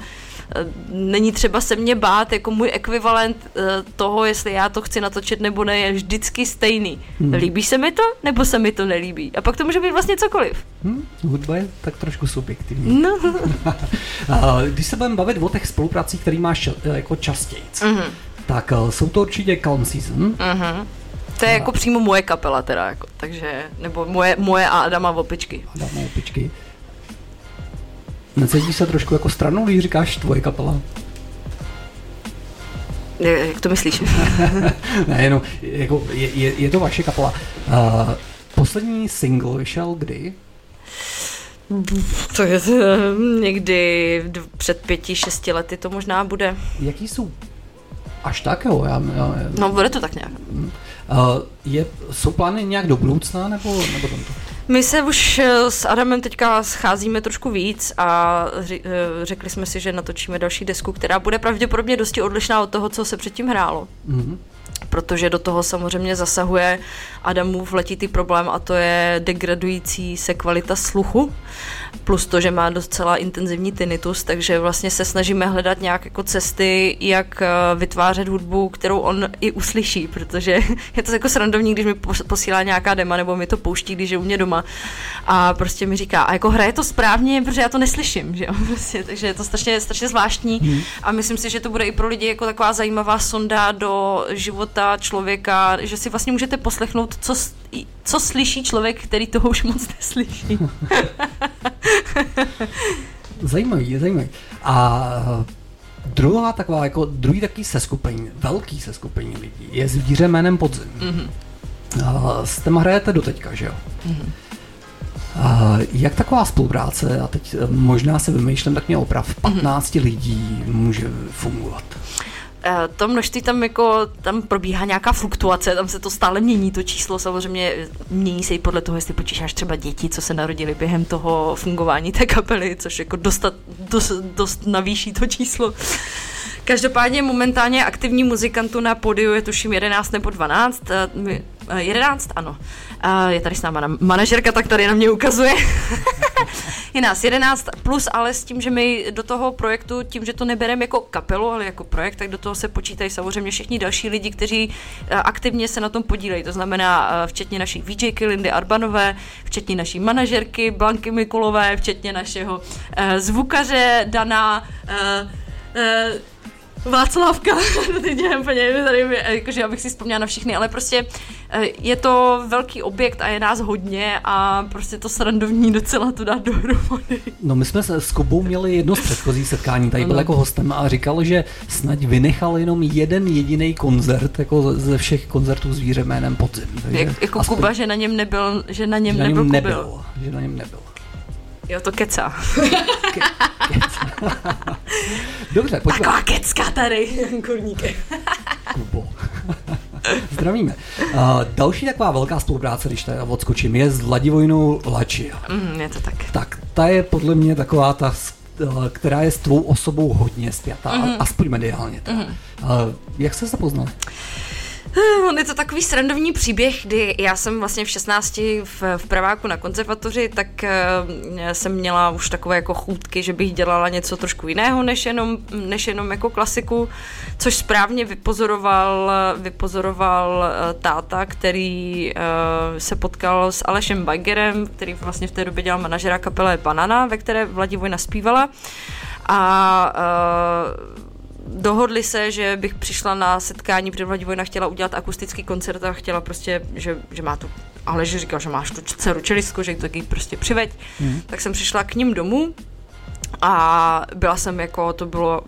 není třeba se mě bát, jako můj ekvivalent toho, jestli já to chci natočit nebo ne, je vždycky stejný. Líbí se mi to, nebo se mi to nelíbí? A pak to může být vlastně cokoliv. Hudba je tak trošku subjektivní. No. Když se budeme bavit o těch spolupracích, který máš jako častějc, tak jsou to určitě Calm Season. To je jako přímo moje kapela teda, jako, takže, nebo moje a Adama Opičky. Necítíš se trošku jako stranou, když říkáš tvoje kapela? Jak to myslíš? Ne, jenom, jako, je to vaše kapela. Poslední single vyšel kdy? To je někdy před 5-6 lety to možná bude. Jaký jsou? Až tak, jo? No, bude to tak nějak. Jsou plány nějak do budoucna, nebo tento? My se už s Adamem teďka scházíme trošku víc a řekli jsme si, že natočíme další desku, která bude pravděpodobně dosti odlišná od toho, co se předtím hrálo. Mm-hmm. Protože do toho samozřejmě zasahuje Adamův letitý problém a to je degradující se kvalita sluchu, plus to, že má docela intenzivní tinnitus, takže vlastně se snažíme hledat nějak jako cesty, jak vytvářet hudbu, kterou on i uslyší, protože je to jako srandovní, když mi posílá nějaká dema, nebo mi to pouští, když je u mě doma a prostě mi říká, a jako hraje to správně, protože já to neslyším, že jo, prostě, takže je to strašně zvláštní a myslím si, že to bude i pro lidi jako taková zajímavá sonda do života člověka, že si vlastně můžete poslechnout, co slyší člověk, který toho už moc neslyší. Zajímavý. A druhý takový seskupení, velký seskupení lidí je Zvíře jménem Podzim. Mm-hmm. S těma hrajete doteďka, že jo? Mm-hmm. Jak taková spolupráce, a teď možná se vymýšlím, tak mě oprav, 15 lidí může fungovat? To množství tam probíhá nějaká fluktuace, tam se to stále mění, to číslo samozřejmě mění se i podle toho, jestli počítáš třeba děti, co se narodili během toho fungování té kapely, což jako dost navýší to číslo. Každopádně momentálně aktivní muzikantů na pódiu je tuším 11 nebo 12. 11, ano. Je tady s náma manažerka, tak tady na mě ukazuje. Je nás 11 plus, ale s tím, že my do toho projektu, tím, že to nebereme jako kapelu, ale jako projekt, tak do toho se počítají samozřejmě všichni další lidi, kteří aktivně se na tom podílejí. To znamená včetně naší VJky Lindy Arbanové, včetně naší manažerky Blanky Mikulové, včetně našeho zvukaře Dana, Václavka, teď dělám úplně tady, jakože abych si vzpomněla na všechny, ale prostě je to velký objekt a je nás hodně a prostě to srandovní docela to dát dohromady. No my jsme s Kubou měli jedno z předchozích setkání, tady byl jako hostem a říkal, že snad vynechal jenom jeden jediný koncert, jako ze všech koncertů Zvíře jménem Podzim. Jako aspoň... Kuba, že na něm nebyl, že na něm nebyl. Jo, to kecá. Dobře, pojďme. Taková kecka tady, kurníky. Kubo. Zdravíme. Další taková velká spolupráce, když tady odskočím, je s Vladivojnou Lačia. Je to tak. Tak, ta je podle mě taková ta, která je s tvou osobou hodně spjatá, aspoň mediálně. Jak jste se poznali? On je to takový srandovní příběh, kdy já jsem vlastně v 16 v praváku na konzervatoři, tak jsem měla už takové jako chůtky, že bych dělala něco trošku jiného, než jenom jako klasiku, což správně vypozoroval táta, který se potkal s Alešem Bajgerem, který vlastně v té době dělal manažera kapele Banana, ve které Vladivojna zpívala a dohodli se, že bych přišla na setkání, protože Vladivojna chtěla udělat akustický koncert a chtěla prostě, že má tu, ale že říkal, že máš tu dceru čelistku, že taky prostě přiveď. Tak jsem přišla k ním domů a byla jsem jako, to bylo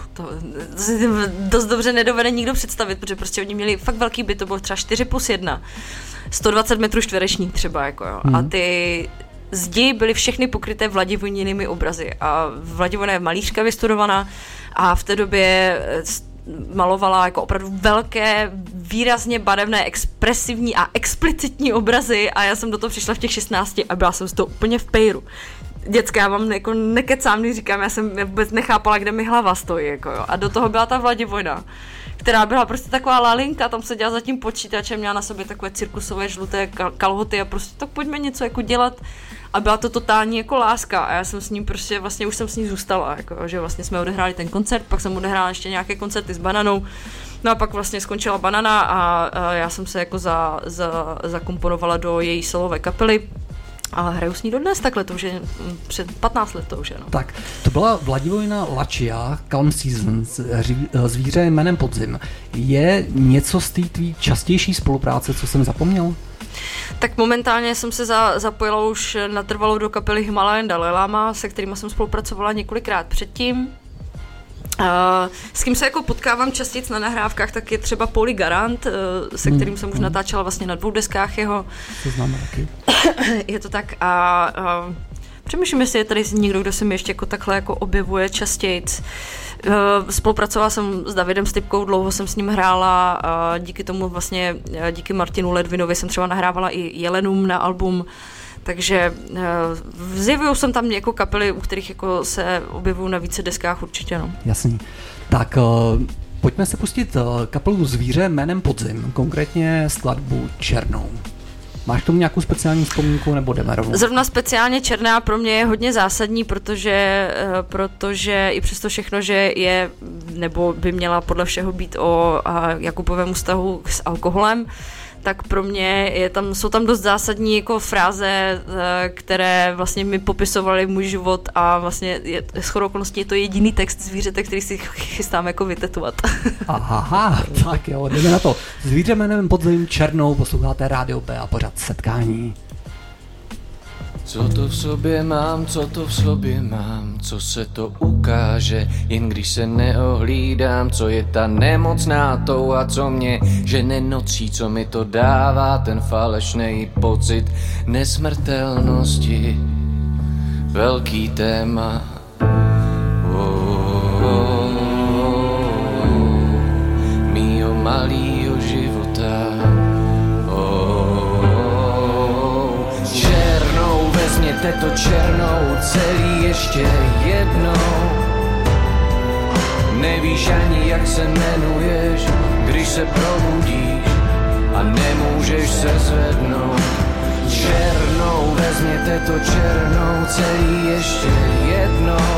dost dobře nedovede nikdo představit, protože prostě oni měli fakt velký byt, to bylo třeba 4+1, 120 metrů čtverečních třeba, jako jo. A ty zdi byly všechny pokryté Vladivojninými obrazy a Vladivojna je malířka vystudovaná a v té době malovala jako opravdu velké, výrazně barevné, expresivní a explicitní obrazy a já jsem do toho přišla v těch 16 a byla jsem z toho úplně v pejru. Děcka, já vám jako nekecám, když říkám, já vůbec nechápala, kde mi hlava stojí, jako jo. A do toho byla ta Vladivojna, která byla prostě taková lalinka, tam seděla za tím počítačem, měla na sobě takové cirkusové žluté kalhoty a prostě tak pojďme něco jako dělat. A byla to totální jako láska a já jsem s ním prostě vlastně už jsem s ní zůstala, jako, že vlastně jsme odehráli ten koncert, pak jsem odehrála ještě nějaké koncerty s Bananou, no a pak vlastně skončila Banana a já jsem se jako zakomponovala do její solové kapely. A hraju s ní dodnes takhle, to už je před 15 let to už je, no. Tak, to byla Vladivojna Lačia, Calm Seasons, Zvíře jménem Podzim. Je něco z té tvý častější spolupráce, co jsem zapomněl? Tak momentálně jsem se zapojila už natrvalo do kapely Himalayan Dalai Lama, se kterými jsem spolupracovala několikrát předtím. S kým se jako potkávám častěji na nahrávkách, tak je třeba Pauli Garant, se kterým jsem už natáčela vlastně na 2 deskách jeho. To známe taky. Je to tak a přemýšlím, jestli je tady někdo, kdo se mi ještě jako takhle jako objevuje častěji. Spolupracovala jsem s Davidem Stipkou, dlouho jsem s ním hrála a díky tomu vlastně, díky Martinu Ledvinovi jsem třeba nahrávala i Jelenům na album, takže zjevují jsem tam jako kapely, u kterých jako se objevují na více deskách určitě. No. Jasný. Tak pojďme se pustit kapelu Zvíře jménem Podzim, konkrétně skladbu Černou. Máš k tomu nějakou speciální vzpomínku nebo jdeme rovnou? Zrovna speciálně Černá pro mě je hodně zásadní, protože i přesto všechno, že je, nebo by měla podle všeho být o Jakubovému vztahu s alkoholem, tak pro mě jsou tam dost zásadní jako fráze, které vlastně mi popisovaly můj život a vlastně shodou okolností je to jediný text Zvířete, který si chystám jako vytetovat. Aha, tak jo, jdeme na to. Zvíře jménem Podzim Černou, posloucháte Rádio B a pořad Setkání. Co to v sobě mám, co to v sobě mám, co se to ukáže, jen když se neohlídám, co je ta nemocná touha, co mě žene nocí, co mi to dává ten falešný pocit nesmrtelnosti, velký téma. Mýho malýho života. Vezměte to černou celý ještě jednou. Nevíš ani jak se jmenuješ, když se probudíš a nemůžeš se zvednout. Černou, vezměte to černou celý ještě jednou.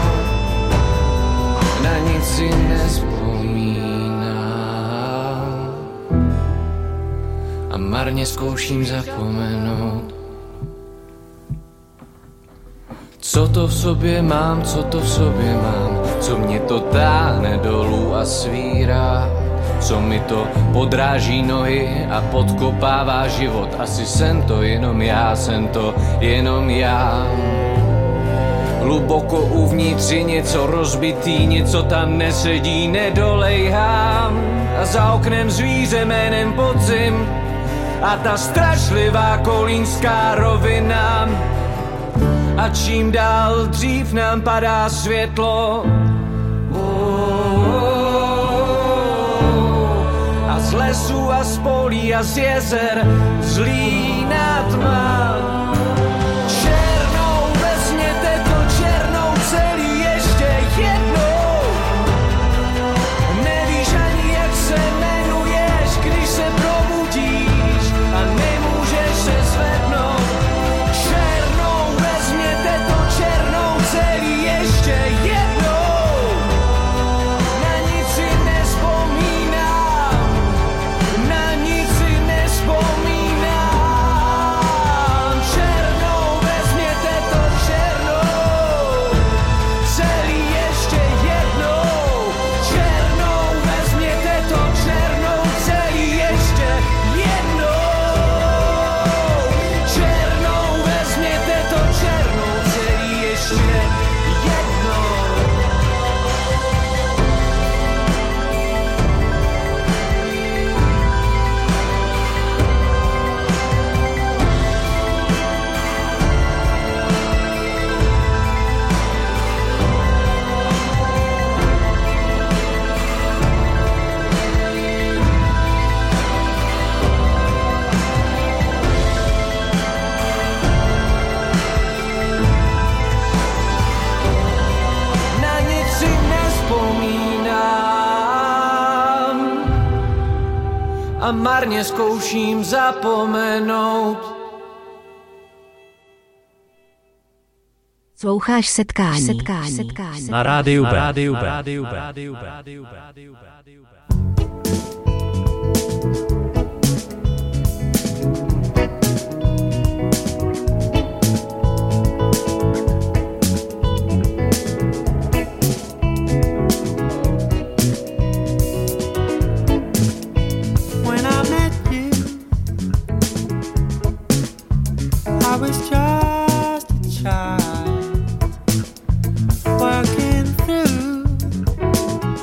Na nic si nespomínám a marně zkouším zapomenout. Co to v sobě mám, co to v sobě mám, co mě to táhne dolů a svírá, co mi to podráží nohy a podkopává život. Asi jsem to jenom já. Hluboko uvnitř je něco rozbitý, něco tam nesedí, nedolejhám. A za oknem zvíře jménem Podzim a ta strašlivá kolínská rovina. A čím dál dřív nám padá světlo. A z lesů a z polí a z jezer zlíná tma. Černou, vezměte to černou celý ještě jednou. Nevíš ani jak se jmenuješ, když se probudíš a nemůžeš se zvednout. Celý ještě jednou, na nic si nespomínám, na nic si nespomínám. Černou, vezměte to černou, celý ještě jednou. Černou, vezměte to černou, celý ještě jednou. Černou, vezměte to černou, celý ještě jednou. A marně zkouším zapomenout. Sloucháš Setkání. Na Rádiu B. I was just a child, working through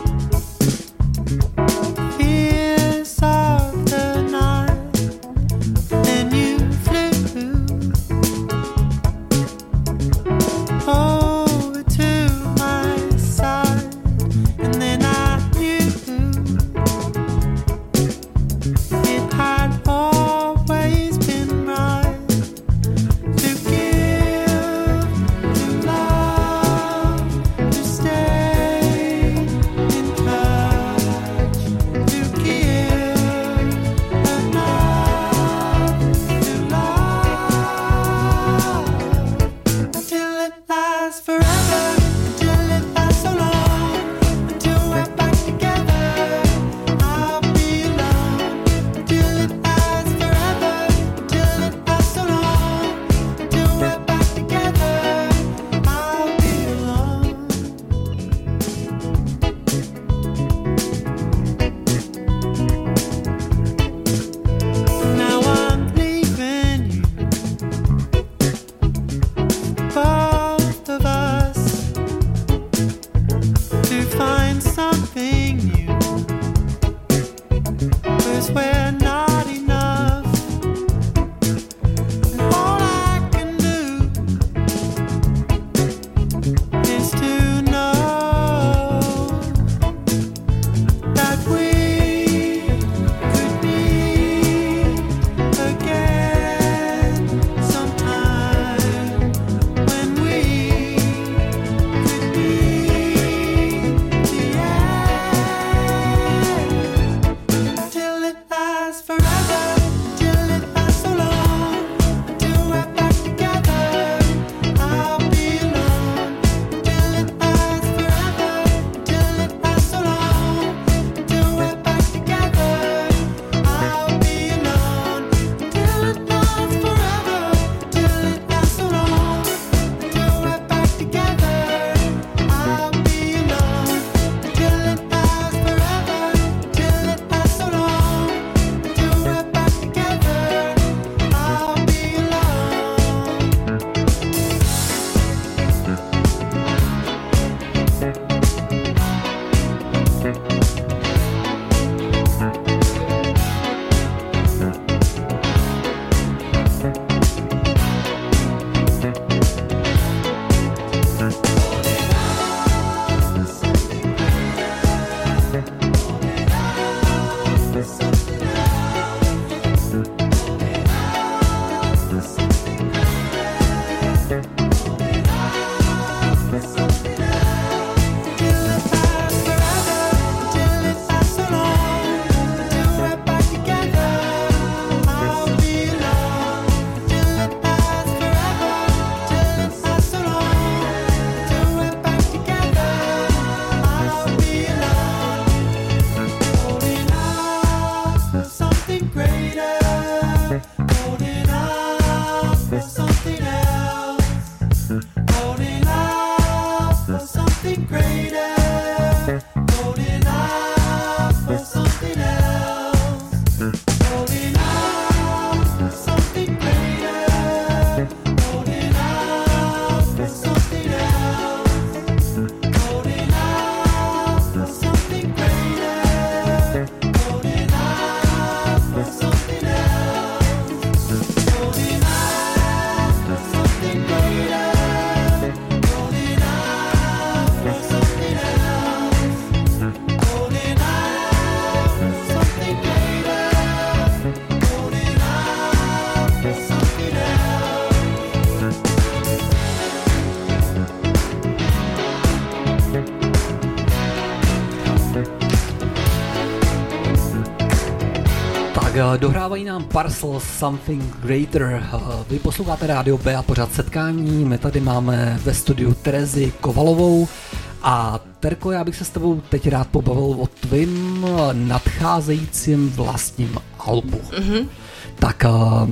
Dohrávají nám Parcel Something Greater. Vy posloucháte Rádio B a pořád setkání. My tady máme ve studiu Terezi Kovalovou. A Terko, já bych se s tebou teď rád pobavil o tvým nadcházejícím vlastním albu. Mm-hmm. Tak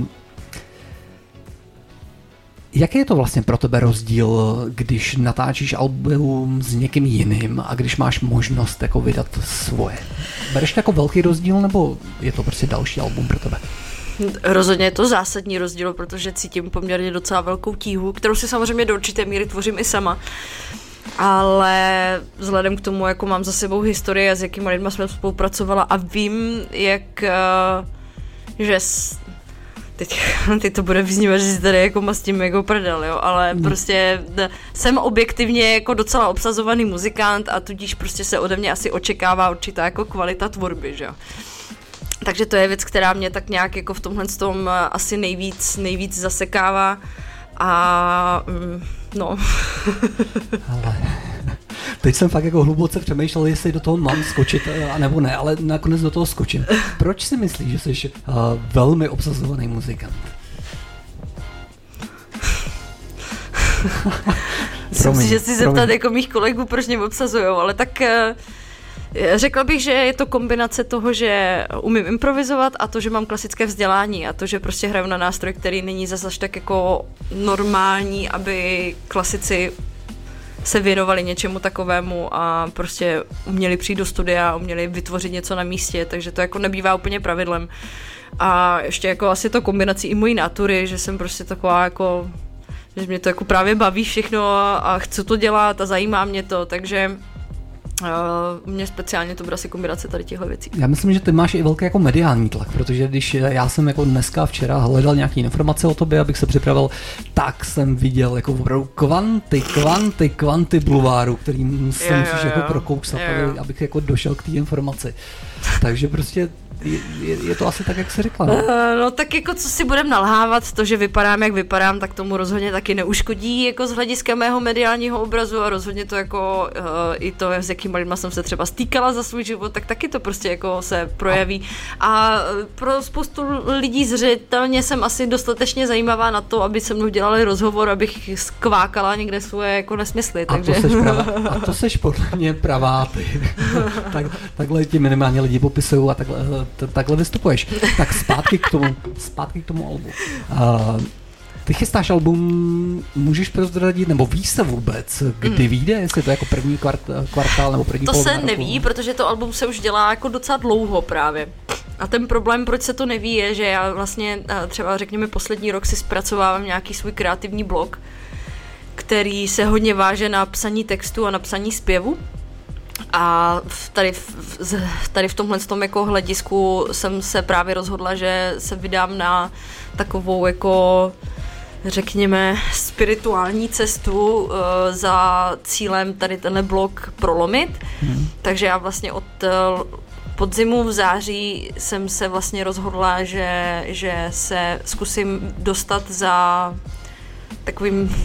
jaký je to vlastně pro tebe rozdíl, když natáčíš album s někým jiným a když máš možnost jako vydat svoje? Bereš to jako velký rozdíl, nebo je to prostě další album pro tebe? Rozhodně je to zásadní rozdíl, protože cítím poměrně docela velkou tíhu, kterou si samozřejmě do určité míry tvořím i sama. Ale vzhledem k tomu, jako mám za sebou historii a s jakýma lidma jsme spolupracovala a vím, jak, že teď to bude vyznívat, že si tady jako mastím jako prdel, jo, ale prostě jsem objektivně jako docela obsazovaný muzikant a tudíž prostě se ode mě asi očekává určitá jako kvalita tvorby, že jo. Takže to je věc, která mě tak nějak jako v tomhle tom asi nejvíc zasekává a no. Ale teď jsem fakt jako hluboce přemýšlel, jestli do toho mám skočit, anebo ne, ale nakonec do toho skočím. Proč si myslíš, že jsi velmi obsazovaný muzikant? Myslím si, že si zeptat jako mých kolegů, proč mě obsazujou, ale tak řekla bych, že je to kombinace toho, že umím improvizovat a to, že mám klasické vzdělání a to, že prostě hraju na nástroj, který není zase až tak jako normální, aby klasici se věnovali něčemu takovému a prostě uměli přijít do studia, uměli vytvořit něco na místě, takže to jako nebývá úplně pravidlem. A ještě jako asi to kombinací i mojí natury, že jsem prostě taková jako, že mě to jako právě baví všechno a chci to dělat a zajímá mě to, takže mě speciálně to bude asi kombinace tady těchto věcí. Já myslím, že ty máš i velký jako mediální tlak, protože když já jsem jako dneska včera hledal nějaké informace o tobě, abych se připravil, tak jsem viděl jako opravdu kvanty bulváru, kterým se musíš jako prokousat, abych jako došel k té informaci. Takže prostě je to asi tak, jak jsi řekla. No tak jako co si budem nalhávat, to, že vypadám, jak vypadám, tak tomu rozhodně taky neuškodí jako z hlediska mého mediálního obrazu a rozhodně to jako i to, s jakýma lidma jsem se třeba stýkala za svůj život, tak taky to prostě jako se projeví. A pro spoustu lidí zřetelně jsem asi dostatečně zajímavá na to, aby se mnou dělali rozhovor, abych skvákala někde svoje jako nesmysly. Takže... A to seš podle mě pravá ty. Takhle ti minimálně lidi popisují a takhle vystupuješ. Tak zpátky k tomu albu. Ty chystáš album, můžeš prozradit, nebo víš se vůbec, kdy vyjde, jestli to jako první kvartál nebo první polovina roku? To se neví, protože to album se už dělá jako docela dlouho právě. A ten problém, proč se to neví, je, že já vlastně třeba řekněme poslední rok si zpracovávám nějaký svůj kreativní blog, který se hodně váže na psaní textu a na psaní zpěvu. A tady v tomhle jako hledisku jsem se právě rozhodla, že se vydám na takovou jako řekněme spirituální cestu za cílem tady tenhle blog prolomit. Takže já vlastně od podzimu v září jsem se vlastně rozhodla, že se zkusím dostat za takovým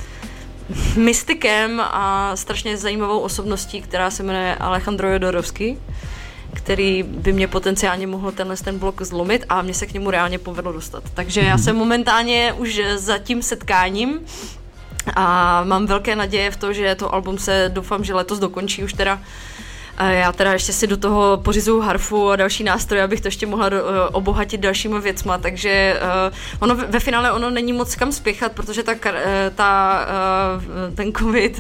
mystikem a strašně zajímavou osobností, která se jmenuje Alejandro Jodorowsky, který by mě potenciálně mohl ten blok zlomit a mě se k němu reálně povedlo dostat. Takže já jsem momentálně už za tím setkáním a mám velké naděje v to, že to album se doufám, že letos dokončí už teda. Já teda ještě si do toho pořizuju harfu a další nástroje, abych to ještě mohla obohatit dalšíma věcma, takže ono ve finále ono není moc kam spěchat, protože ten covid,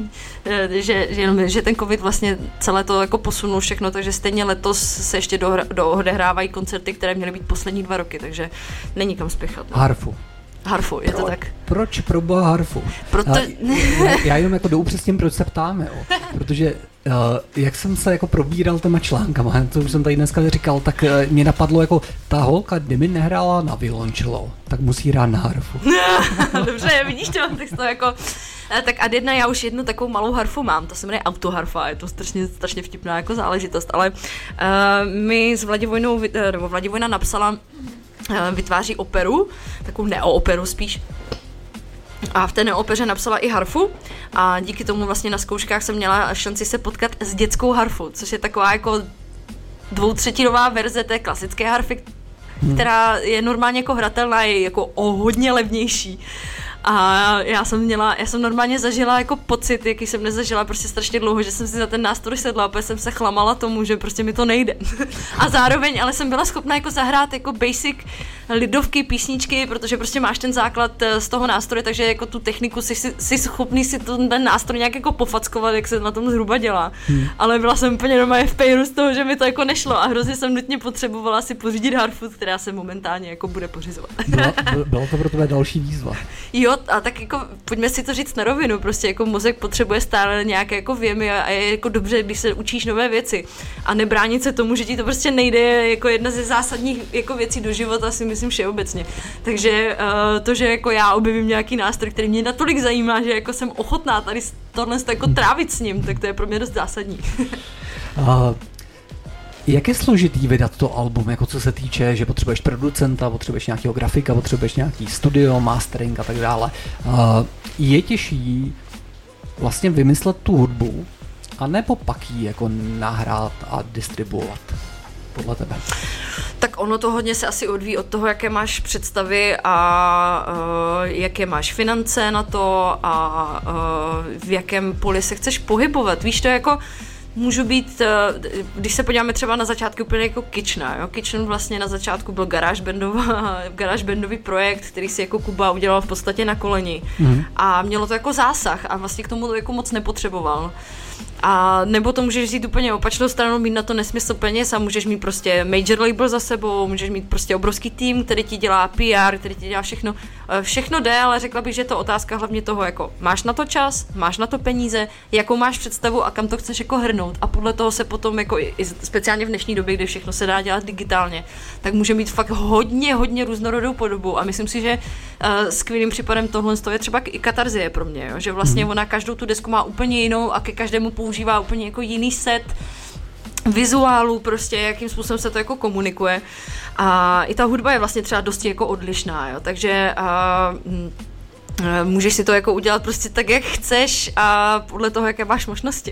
že ten covid vlastně celé to jako posunul všechno, takže stejně letos se ještě odehrávají koncerty, které měly být poslední 2 roky, takže není kam spěchat. No. Harfu, je to tak. Proč pro boha harfu? Já jenom jako doupřesním, proč se ptáme, jo. Protože jak jsem se jako probíral těma článkama, to už jsem tady dneska říkal, tak mě napadlo jako ta holka, kdyby nehrála na violončelo, tak musí hrát na harfu. Dobře, vidíš to, tak to jako... Tak ad jedna, já už jednu takovou malou harfu mám, to se jmenuje autoharfa, je to strašně vtipná jako záležitost, ale my s Vladivojna napsala, vytváří operu, takovou neooperu spíš. A v té neopeře napsala i harfu a díky tomu vlastně na zkouškách jsem měla šanci se potkat s dětskou harfu, což je taková jako 2/3 verze té klasické harfy, která je normálně jako hratelná, je jako o hodně levnější. A já jsem normálně zažila jako pocit, jaký jsem nezažila prostě strašně dlouho, že jsem si za ten nástroj sedla, protože jsem se chlamala tomu, že prostě mi to nejde. A zároveň ale jsem byla schopná jako zahrát jako basic lidovky, písničky, protože prostě máš ten základ z toho nástroje, takže jako tu techniku jsi schopný si ten nástroj nějak jako pofackovat, jak se na tom zhruba dělá. Ale byla jsem úplně normálně v pejru z toho, že mi to jako nešlo a hrozně jsem nutně potřebovala si pořídit harfu, která se momentálně jako bude pořizovat. Byla to pro tebe další výzva. Jo, a tak jako pojďme si to říct na rovinu, prostě jako mozek potřebuje stále nějaké jako věmy a je jako dobře, když se učíš nové věci a nebránit se tomu, že ti to prostě nejde, je jako jedna ze zásadních jako věcí do života, si myslím všeobecně. Takže to, že jako já objevím nějaký nástroj, který mě natolik zajímá, že jako jsem ochotná tady tohle jako trávit s ním, tak to je pro mě dost zásadní. Jak je složitý vydat to album, jako co se týče, že potřebuješ producenta, potřebuješ nějakého grafika, potřebuješ nějaký studio, mastering a tak dále. Je těžší vlastně vymyslet tu hudbu, anebo pak ji jako nahrát a distribuovat? Podle tebe. Tak ono to hodně se asi odvíjí od toho, jaké máš představy a jaké máš finance na to a v jakém poli se chceš pohybovat. Víš, to je jako můžu být, když se podíváme třeba na začátku úplně jako Kitchena, jo? Kitchen vlastně na začátku byl GarageBandový projekt, který si jako Kuba udělal v podstatě na koleni. A mělo to jako zásah a vlastně k tomu to jako moc nepotřeboval. A nebo to můžeš vzít úplně opačnou stranu, mít na to nesmysl peněz a můžeš mít prostě major label za sebou, můžeš mít prostě obrovský tým, který ti dělá PR, který ti dělá všechno. Všechno jde, ale řekla bych, že je to otázka hlavně toho, jako máš na to čas, máš na to peníze, jakou máš představu a kam to chceš jako hrnout. A podle toho se potom, jako i speciálně v dnešní době, kdy všechno se dá dělat digitálně, tak může mít fakt hodně různorodou podobu. A myslím si, že skvělým případem tohle je třeba i katarzie pro mě, jo? Že vlastně ona každou tu desku má úplně jinou a ke každému používá úplně jako jiný set vizuálů, prostě jakým způsobem se to jako komunikuje. A i ta hudba je vlastně třeba dosti jako odlišná, jo? Takže můžeš si to jako udělat prostě tak, jak chceš a podle toho, jaké máš možnosti.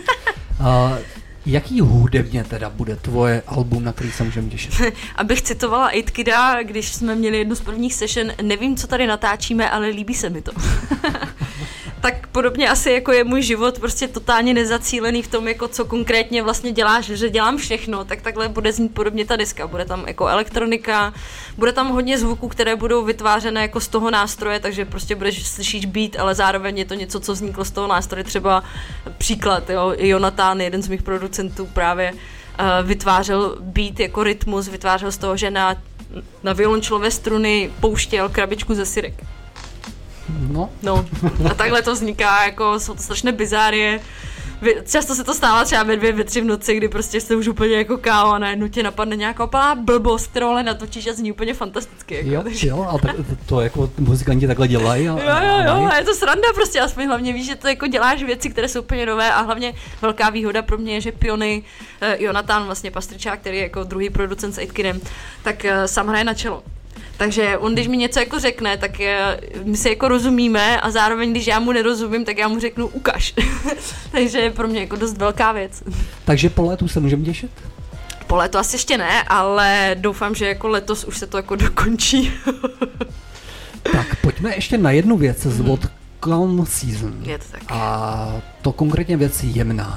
Jaký hudebně teda bude tvoje album, na který se můžeme těšit? Abych citovala 8Kida, když jsme měli jednu z prvních session, nevím, co tady natáčíme, ale líbí se mi to. Tak podobně asi jako je můj život prostě totálně nezacílený v tom, jako co konkrétně vlastně děláš, že dělám všechno, tak takhle bude znít podobně ta deska. Bude tam jako elektronika, bude tam hodně zvuků, které budou vytvářené jako z toho nástroje, takže prostě budeš slyšet beat, ale zároveň je to něco, co vzniklo z toho nástroje. Třeba příklad, jo, Jonathan, jeden z mých producentů, právě vytvářel beat jako rytmus, vytvářel z toho, že na violončelové struny pouštěl krabičku ze syrek. No. A takhle to vzniká, jako jsou to strašné bizárie. Často se to stává třeba ve 2, ve 3 v noci, kdy prostě jste už úplně jako kámo a najednou tě napadne nějaká úplná blbost, kterou ale natočíš a zní úplně fantasticky. Jako, jo, a to jako muzikanti takhle dělají. Jo, a je to sranda prostě, aspoň hlavně víš, že to jako děláš věci, které jsou úplně nové a hlavně velká výhoda pro mě je, že Piony, Jonathan vlastně Pastričák, který je jako druhý producent s 8Kidem, tak sám hraje na čelo. Takže on, když mi něco jako řekne, tak my se jako rozumíme a zároveň, když já mu nerozumím, tak já mu řeknu ukaž. Takže je pro mě jako dost velká věc. Takže po létu se můžeme těšit? Po létu asi ještě ne, ale doufám, že jako letos už se to jako dokončí. Tak pojďme ještě na jednu věc od Calm Season. Je to tak. A to konkrétně věc Jemná.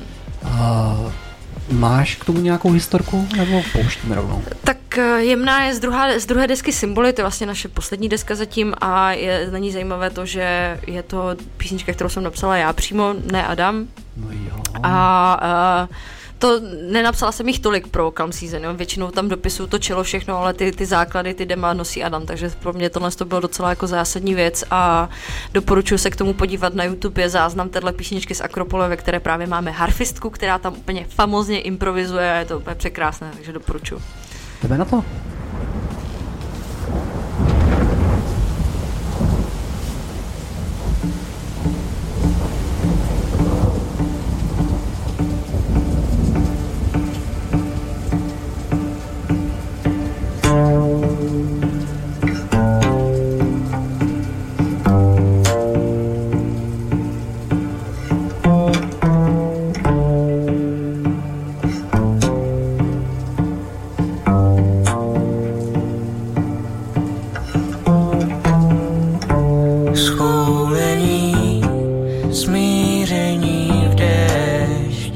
Máš k tomu nějakou historku, nebo pouštíme rovnou? Tak Jemná je z druhé desky Symboly, to je vlastně naše poslední deska zatím a je na ní zajímavé to, že je to písnička, kterou jsem napsala já přímo, ne Adam. No jo. A to nenapsala jsem jich tolik pro Calm Season, jo? Většinou tam dopisuju to čelo všechno, ale ty základy, ty dema nosí Adam, takže pro mě tohle to bylo docela jako zásadní věc a doporučuji se k tomu podívat na YouTube, je záznam téhle písničky z Akropole, ve které právě máme harfistku, která tam úplně famózně improvizuje a je to úplně překrásné, takže doporučuji. Jdeme na to. schoulení, smíření v déšť.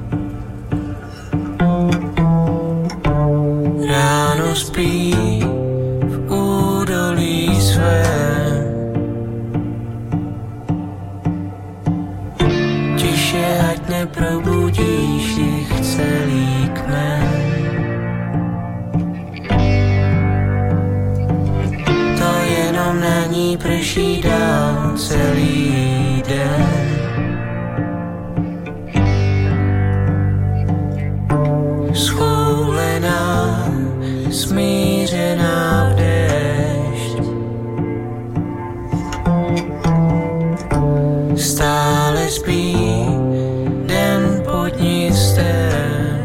Ráno spí v údolí svém, tiše ať neprobudíš jich celý kmen. To jenom na ní prší dál celý den. Schoulená, smířená v déšť. Stále spí den pod nistem.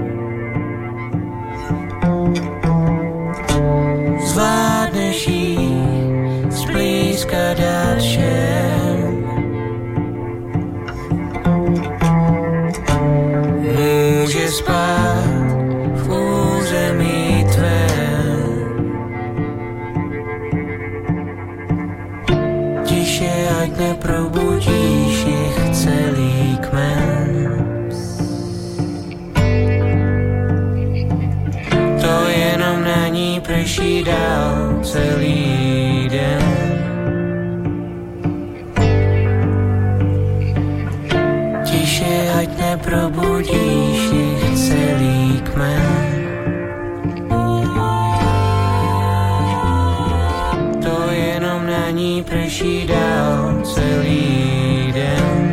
Zvládneš jí zblízka dát všem. Může spát v území tvém. Tiše ať neprobudíš jich celý kmen. To jenom na ní prší dál celý den. Tiše ať neprobudíš jich celý kmen. To jenom na ní prší dál celý den.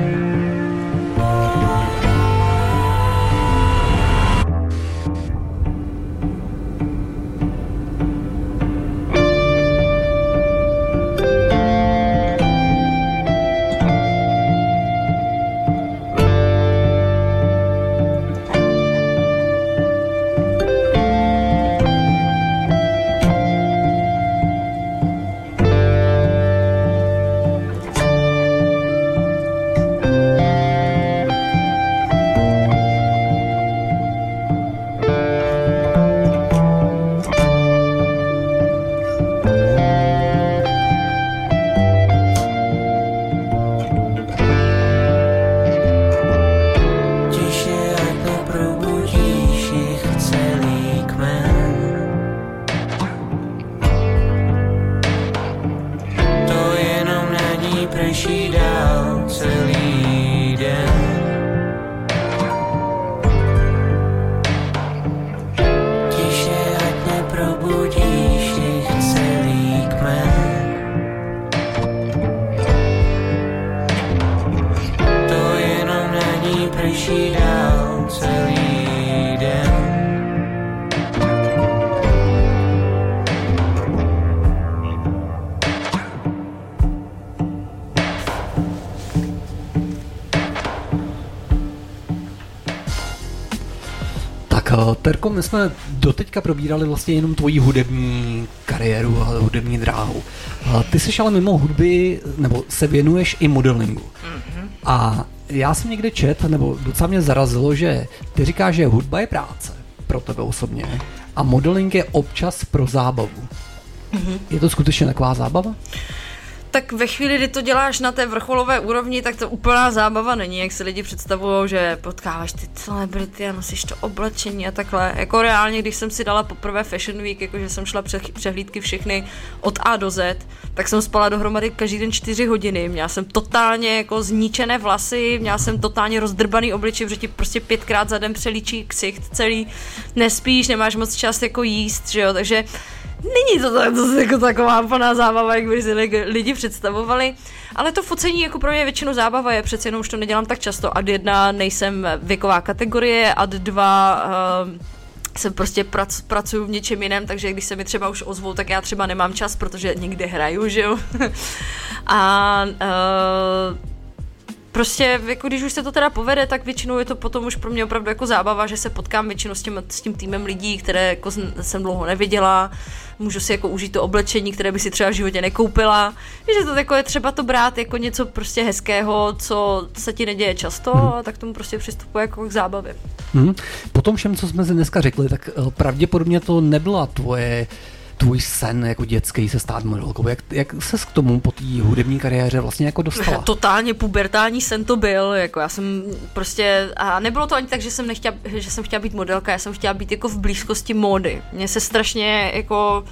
Terko, my jsme doteďka probírali vlastně jenom tvoji hudební kariéru a hudební dráhu. Ty jsi ale mimo hudby, nebo se věnuješ i modelingu. Mm-hmm. A já jsem někde čet, nebo docela mě zarazilo, že ty říkáš, že hudba je práce pro tebe osobně a modeling je občas pro zábavu. Mm-hmm. Je to skutečně taková zábava? Tak ve chvíli, kdy to děláš na té vrcholové úrovni, tak to úplná zábava není, jak si lidi představují, že potkáváš ty celebrity a nosíš to oblečení a takhle. Jako reálně, když jsem si dala poprvé Fashion Week, jakože jsem šla přehlídky všechny od A do Z, tak jsem spala dohromady každý den 4 hodiny. Měla jsem totálně jako zničené vlasy, měla jsem totálně rozdrbaný obličej, protože ti prostě 5krát za den přelíčí ksicht celý, nespíš, nemáš moc čas jako jíst, že jo, takže není to jako taková plná zábava, jak by si lidi představovali, ale to focení jako pro mě většinou zábava je, přece jenom už to nedělám tak často. Ad 1 nejsem věková kategorie, ad 2 jsem prostě pracuju v něčem jiném, takže když se mi třeba už ozvou, tak já třeba nemám čas, protože někde hraju, že jo. A prostě, jako když už se to teda povede, tak většinou je to potom už pro mě opravdu jako zábava, že se potkám většinou s tím týmem lidí, které jako jsem dlouho neviděla, můžu si jako užít to oblečení, které by si třeba v životě nekoupila, že to jako je třeba to brát jako něco prostě hezkého, co se ti neděje často, a tak tomu prostě přistupuje jako k zábavě. Po tom všem, co jsme si dneska řekli, tak pravděpodobně to nebyla tvoje tvůj sen jako dětský se stát modelkou? Jak ses k tomu po té hudební kariéře vlastně jako dostala? Totálně pubertální sen to byl, jako já jsem prostě, a nebylo to ani tak, že jsem chtěla být modelka, já jsem chtěla být jako v blízkosti módy. Mně se strašně jako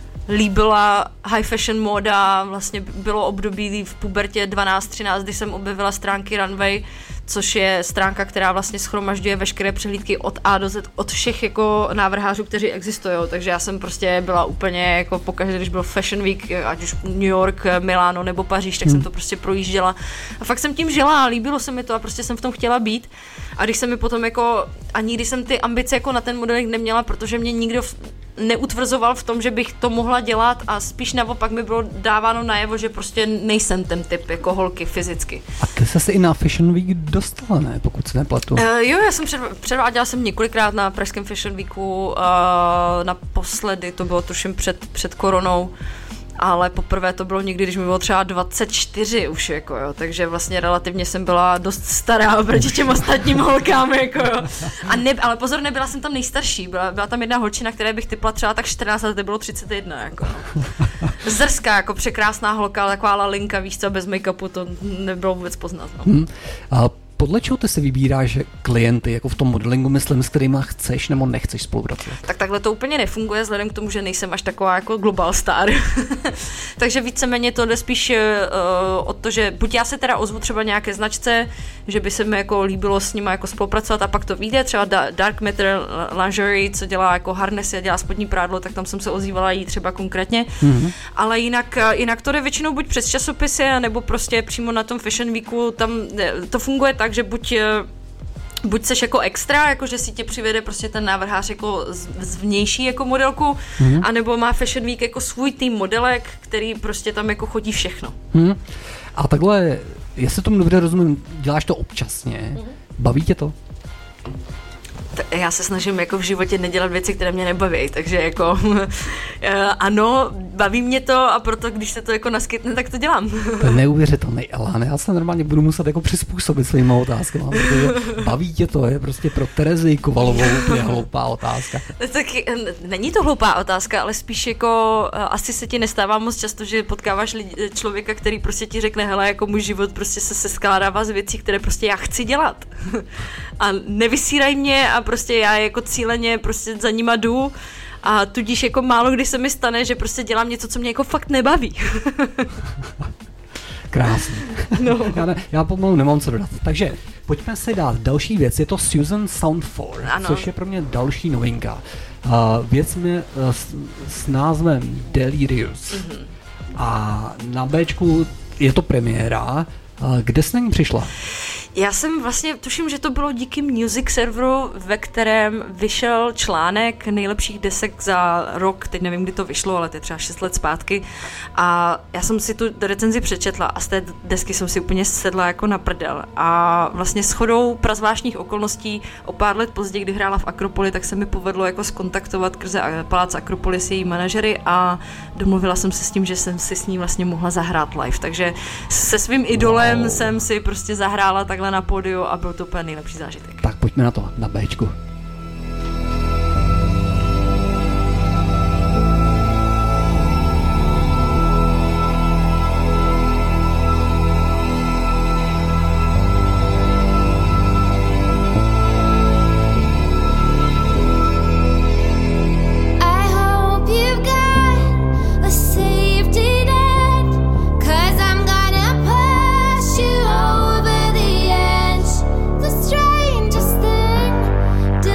líbila high fashion móda, vlastně bylo období v pubertě 12-13, kdy jsem objevila stránky Runway, což je stránka, která vlastně shromažďuje veškeré přehlídky od A do Z, od všech jako návrhářů, kteří existují, takže já jsem prostě byla úplně jako pokaždé, když byl Fashion Week, ať už New York, Miláno nebo Paříž, tak jsem to prostě projížděla a fakt jsem tím žila a líbilo se mi to a prostě jsem v tom chtěla být a když jsem mi potom jako, a nikdy jsem ty ambice jako na ten modeling neměla, protože mě nikdo neutvrzoval v tom, že bych to mohla dělat a spíš naopak mi bylo dáváno najevo, že prostě nejsem ten typ jako holky fyzicky. A ty se i na Fashion Week dostala, ne? Pokud se nepletu. Jo, já jsem předváděla jsem několikrát na pražském Fashion Weeku, naposledy to bylo tuším před koronou, ale poprvé to bylo někdy, když mi bylo třeba 24 už, jako jo, takže vlastně relativně jsem byla dost stará oproti těm ostatním holkám, jako jo. Ale pozor, nebyla jsem tam nejstarší, byla tam jedna holčina, které bych typla třeba tak 14, ale to bylo 31, jako no. Zrská, jako překrásná holka, ale taková lalinka, víš co, bez make-upu, to nebylo vůbec poznat, no. Podle čeho ty si vybíráš klienty, jako v tom modelingu, myslím, s kterýma chceš nebo nechceš spolupracovat? Tak takhle to úplně nefunguje, vzhledem k tomu, že nejsem až taková jako global star. Takže víceméně to jde spíš o to, že buď já se teda ozvu třeba nějaké značce, že by se mi jako líbilo s nima jako spolupracovat a pak to vyjde, třeba Dark Matter Lingerie, co dělá jako harnesy a dělá spodní prádlo, tak tam jsem se ozývala jí třeba konkrétně. Mm-hmm. Ale jinak to jde většinou buď přes časopisy, nebo prostě přímo na tom Fashion Weeku, tam to funguje tak, že buď seš jako extra, jako že si tě přivede prostě ten návrhář jako z vnější jako modelku, anebo má Fashion Week jako svůj tým modelek, který prostě tam jako chodí všechno. A takhle, jestli tomu dobře rozumím, děláš to občasně, baví tě to? Já se snažím jako v životě nedělat věci, které mě nebaví, takže jako ano, baví mě to a proto, když se to jako naskytne, tak to dělám. To je neuvěřitelný elán, já se normálně budu muset jako přizpůsobit svýma otázkama, protože baví tě to, je prostě pro Terezi Kovalovou úplně hloupá otázka. Tak není to hloupá otázka, ale spíš jako asi se ti nestává moc často, že potkáváš člověka, který prostě ti řekne, hele, jako můj život prostě se skládává z věcí, které prostě já chci dělat. A nevysírají mě a prostě já jako cíleně prostě za nima jdu a tudíž jako málo kdy se mi stane, že prostě dělám něco, co mě jako fakt nebaví. Krásný. No. Já pomalu nemám co dodat. Takže pojďme si dát další věc, je to Susan Soundfor, což je pro mě další novinka. Věc s názvem Delirious. A na Bčku je to premiéra. Kde jsi na ní přišla? Já jsem vlastně, tuším, že to bylo díky Music serveru, ve kterém vyšel článek nejlepších desek za rok, teď nevím, kdy to vyšlo, ale to je třeba 6 let zpátky a já jsem si tu recenzi přečetla a z té desky jsem si úplně sedla jako na prdel a vlastně shodou prazvláštních okolností o pár let později, kdy hrála v Akropoli, tak se mi povedlo jako skontaktovat skrze Palác Akropolis její manažery a domluvila jsem se s tím, že jsem si s ní vlastně mohla zahrát live, takže se svým idolem jsem si prostě zahrála takhle na pódiu a byl to úplně nejlepší zážitek. Tak pojďme na to, na Bčku. Strangest thing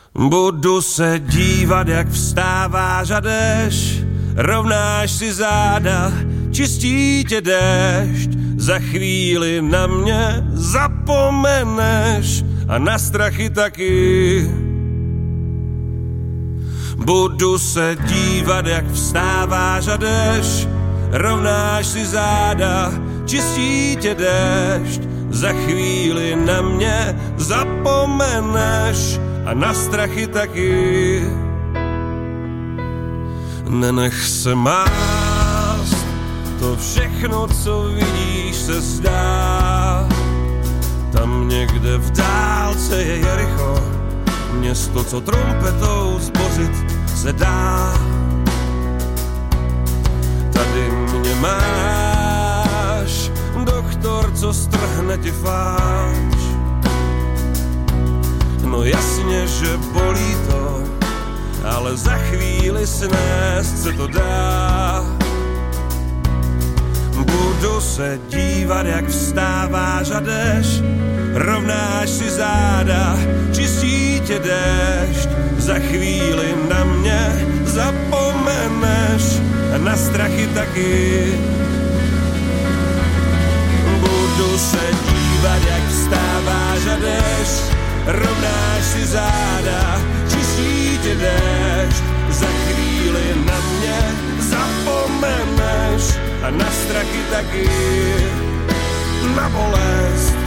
Budu se dívat, jak vstáváš a jdeš, rovnáš si záda, čistí tě déšť, za chvíli na mě zapomeneš a na strachy taky. Budu se dívat, jak vstáváš a jdeš, rovnáš si záda, čistí tě déšť, za chvíli na mě zapomeneš a na strachy taky. Nenech se mást, to všechno, co vidíš, se zdá. Tam někde v dálce je Jericho, město, co trumpetou zbořit se dá. Tady mě máš, doktor, co strhne ti fáč. No jasně, že bolí to, ale za chvíli snést se to dá. Budu se dívat, jak vstáváš a jdeš, rovnáš si záda, čistí tě déšť, za chvíli na mě zapomeneš a na strachy taky. Budu se dívat, jak vstáváš a jdeš, rovnáš si záda, čistí tě déšť, za chvíli na mě zapomeneš a na strachy taky, na bolest.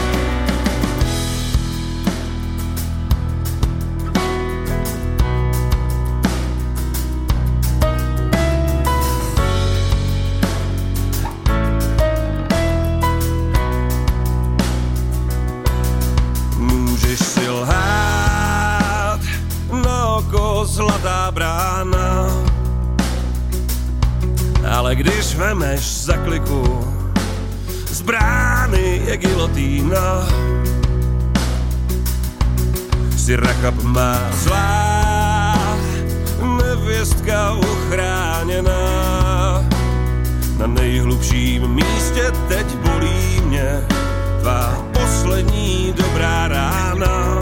Zlatá brána, ale když vemeš za kliku, z brány je gilotína. Syrakap má zlá, nevěstka uchráněná. Na nejhlubším místě teď bolí mě tvá poslední dobrá rána.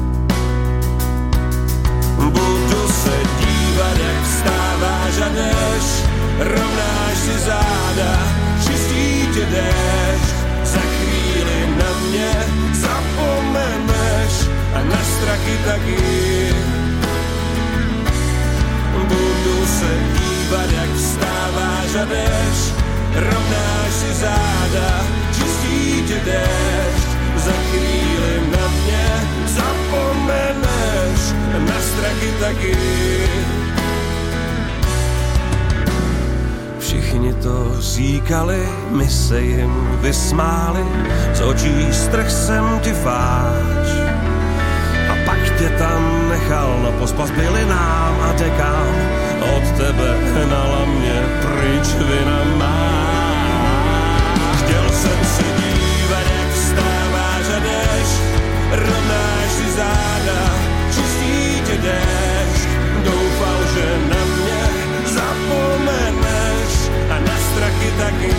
Budu se dívat, jak vstáváš a jdeš, rovnáš si záda, čistí tě déšť, za chvíli na mě zapomeneš a na strachy taky. Budu se dívat, jak vstáváš a jdeš, rovnáš si záda, čistí tě déšť, za chvíli na mě zapomeneš na strachy taky. Všichni to říkali, my se jim vysmáli, z očí strch jsem ti fáč. A pak tě tam nechal na pospas bylinám a dekám, od tebe hnala mě pryč vina má. Chtěl jsem se dívat, jak vstáváš a jdeš, rovnáš si záda, čistí tě déšť, doufal, že na mě zapomeneš a na strachy taky.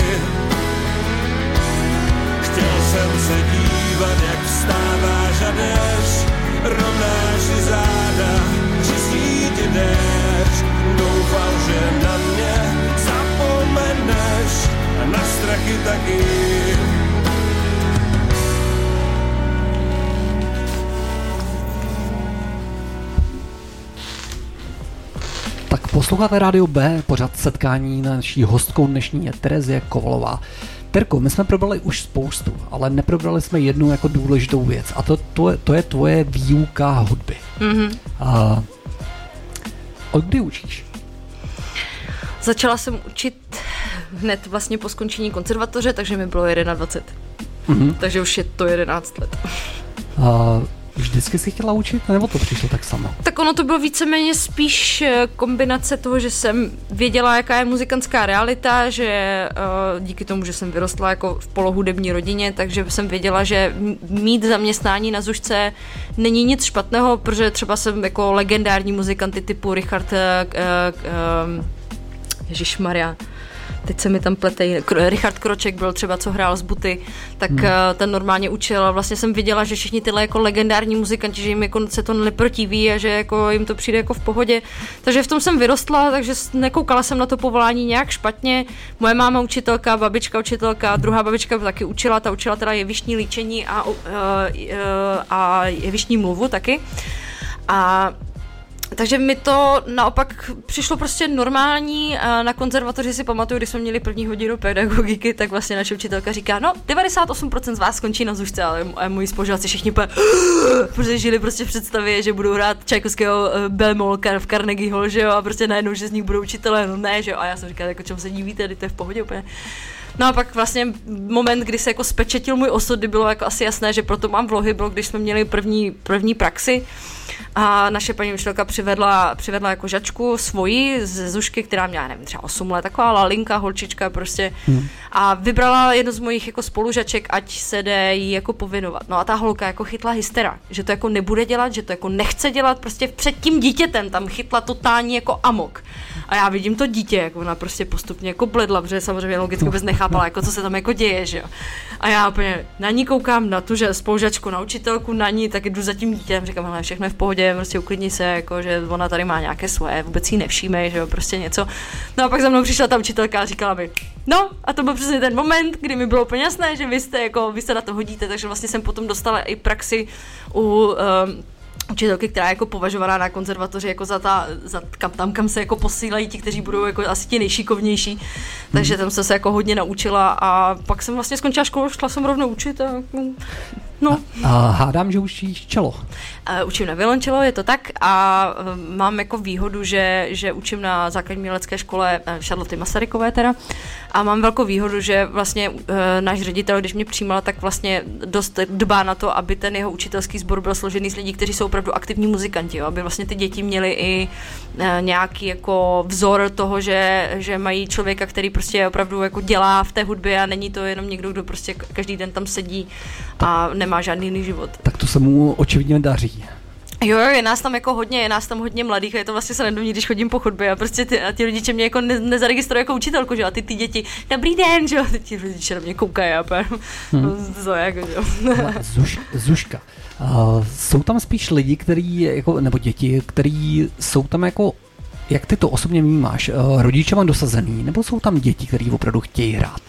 Chtěl jsem se dívat, jak vstáváš a jdeš, rovnáš si záda, čistí tě déšť, doufal, že na mě zapomeneš a na strachy taky. Posloucháte Rádio B, pořad setkání. Naší hostkou dnešní je Terezie Kovalová. Terko, my jsme probrali už spoustu, ale neprobrali jsme jednu jako důležitou věc a to je tvoje výuka hudby. Mm-hmm. Od kdy učíš? Začala jsem učit hned vlastně po skončení konzervatoře, takže mi bylo 21. Mm-hmm. Takže už je to 11 let. Vždycky jsi chtěla učit, nebo to přišlo tak samo? Tak ono to bylo víceméně spíš kombinace toho, že jsem věděla, jaká je muzikantská realita, že díky tomu, že jsem vyrostla jako v polohudební rodině, takže jsem věděla, že mít zaměstnání na zušce není nic špatného, protože třeba jsem jako legendární muzikanty typu Richard Ježišmarja, teď se mi tam pletej, Richard Kroček byl třeba, co hrál z Buty, tak ten normálně učil a vlastně jsem viděla, že všichni tyhle jako legendární muzikanti, že jim jako se to neprotiví a že jako jim to přijde jako v pohodě. Takže v tom jsem vyrostla, takže nekoukala jsem na to povolání nějak špatně. Moje máma učitelka, babička učitelka, druhá babička taky učila, ta učila teda jevištní líčení a jevištní mluvu taky. A takže mi to naopak přišlo prostě normální. Na konzervatoři si pamatuju, když jsme měli první hodinu pedagogiky, tak vlastně naše učitelka říká, no 98% z vás skončí na zušce, ale moji spolužáci všichni protože žili prostě v představě, že budou hrát Čajkovského Bémol v Carnegie Hall, že jo, a prostě najednou, že z nich budou učitelé, no ne, že jo, a já jsem říkala, jako čemu se divíte, to je v pohodě úplně. No a pak vlastně moment, kdy se jako spečetil můj osud, kdy bylo jako asi jasné, že proto mám vlohy, bylo, když jsme měli první praxi a naše paní učitelka přivedla jako žačku svoji ze Zušky, která měla, nevím, třeba 8 let, taková lalinka, holčička prostě a vybrala jednu z mojich jako spolužaček, ať se jde jí jako povinovat. No a ta holka jako chytla hystera, že to jako nebude dělat, že to jako nechce dělat, prostě před tím dítětem tam chytla totální jako amok. A já vidím to dítě, jako ona prostě postupně jako bledla, protože samozřejmě logicky vůbec nechápala, jako co se tam jako děje, že jo. A já úplně na ní koukám, na tu, že spolužačku, na učitelku, na ní, tak jdu za tím dítětem, říkám, hele, všechno je v pohodě, prostě uklidni se, jako, že ona tady má nějaké svoje, vůbec jí nevšímej, že jo, prostě něco. No a pak za mnou přišla ta učitelka a říkala mi, no a to byl přesně ten moment, kdy mi bylo úplně jasné, že vy se na to hodíte, takže vlastně jsem potom dostala i praxi u učitelky, která je jako považovaná na konzervatoři jako kam se jako posílají ti, kteří budou jako asi ti nejšikovnější. Takže tam jsem se jako hodně naučila a pak jsem vlastně skončila školu, šla jsem rovnou učit a no. A hádám, že učíš čelo. Učím na violončelo, je to tak a mám jako výhodu, že učím na základní umělecké škole Charloty Masarykové teda a mám velkou výhodu, že vlastně náš ředitel, když mě přijímal, tak vlastně dost dbá na to, aby ten jeho učitelský sbor byl složený z lidí, kteří jsou opravdu aktivní muzikanti, jo? Aby vlastně ty děti měly i nějaký jako vzor toho, že mají člověka, který prostě opravdu jako dělá v té hudbě a není to jenom někdo, kdo prostě každý den tam sedí a nemá žádný jiný život. Tak to se mu očividně daří. Jo, je nás tam hodně mladých a je to vlastně se nedomní, když chodím po chodbě a prostě ty rodiče mě jako nezaregistrují jako učitelku, že jo, a ty děti, dobrý den, že jo, ty rodiče na mě koukají a to jako, že jo. Zuška, jsou tam spíš lidi, který, jako, nebo děti, který jsou tam jako, jak ty to osobně vnímáš, rodičema dosazený, nebo jsou tam děti, který opravdu chtějí hrát?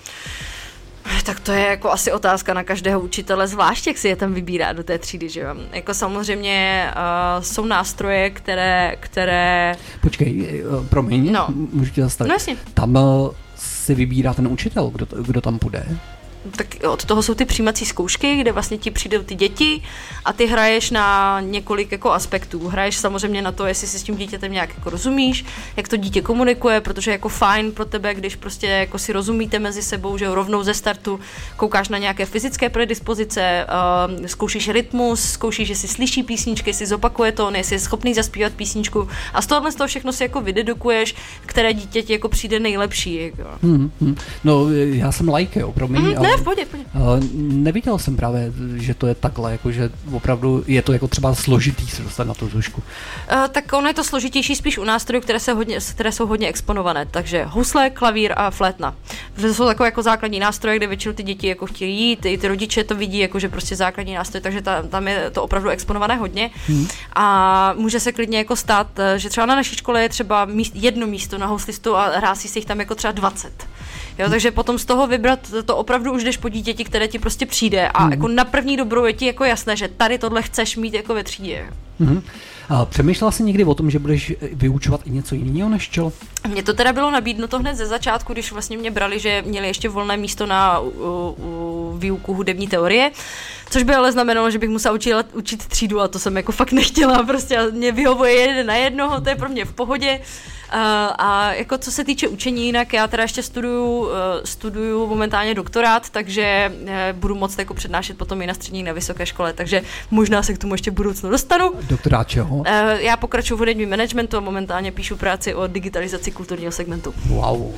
Tak to je jako asi otázka na každého učitele, zvlášť jak si je tam vybírá do té třídy, že jo. Jako samozřejmě jsou nástroje, které... Počkej, promiň, můžu tě zastavit. No jasně. Tam si vybírá ten učitel, kdo tam půjde? Tak od toho jsou ty přijímací zkoušky, kde vlastně ti přijdou ty děti a ty hraješ na několik jako aspektů. Hraješ samozřejmě na to, jestli si s tím dítětem nějak jako rozumíš, jak to dítě komunikuje, protože je jako fajn pro tebe, když prostě jako si rozumíte mezi sebou, že rovnou ze startu koukáš na nějaké fyzické predispozice, zkoušíš rytmus, zkoušíš, jestli slyší písničky, jestli zopakuje to, jestli je schopný zaspívat písničku a z toho všechno si jako vydedukuješ, které dítě ti jako přijde nejlepší. Jako. No, já jsem like, jo, promiň. V pohodě. Neviděl jsem právě, že to je takhle, jako že opravdu je to jako třeba složitý se dostat na tu Zušku. Tak ono je to složitější spíš u nástrojů, které jsou hodně exponované, takže housle, klavír a flétna. To jsou takové jako základní nástroje, kde většinou ty děti jako chtějí jít, i ty rodiče to vidí, jako že prostě základní nástroj, takže tam je to opravdu exponované hodně. A může se klidně jako stát, že třeba na naší škole je třeba jedno místo na houslistu a hlásí se jich tam jako třeba 20. Jo, takže potom z toho vybrat to opravdu už jdeš po dítěti, které ti prostě přijde a jako na první dobrou je ti jako jasné, že tady tohle chceš mít jako ve třídě. A přemýšlela jsi někdy o tom, že budeš vyučovat i něco jiného než čelo? Mně to teda bylo nabídnuto hned ze začátku, když vlastně mě brali, že měli ještě volné místo na výuku hudební teorie, což by ale znamenalo, že bych musela učit třídu a to jsem jako fakt nechtěla, prostě mě vyhovuje jeden na jednoho, to je pro mě v pohodě. A jako co se týče učení jinak, já teda ještě studuju momentálně doktorát, takže budu moct jako přednášet potom i na střední, na vysoké škole, takže možná se k tomu ještě v budoucnu dostanu. Doktorát čeho? Já pokračuju v hudebním managementu a momentálně píšu práci o digitalizaci kulturního segmentu. Wow.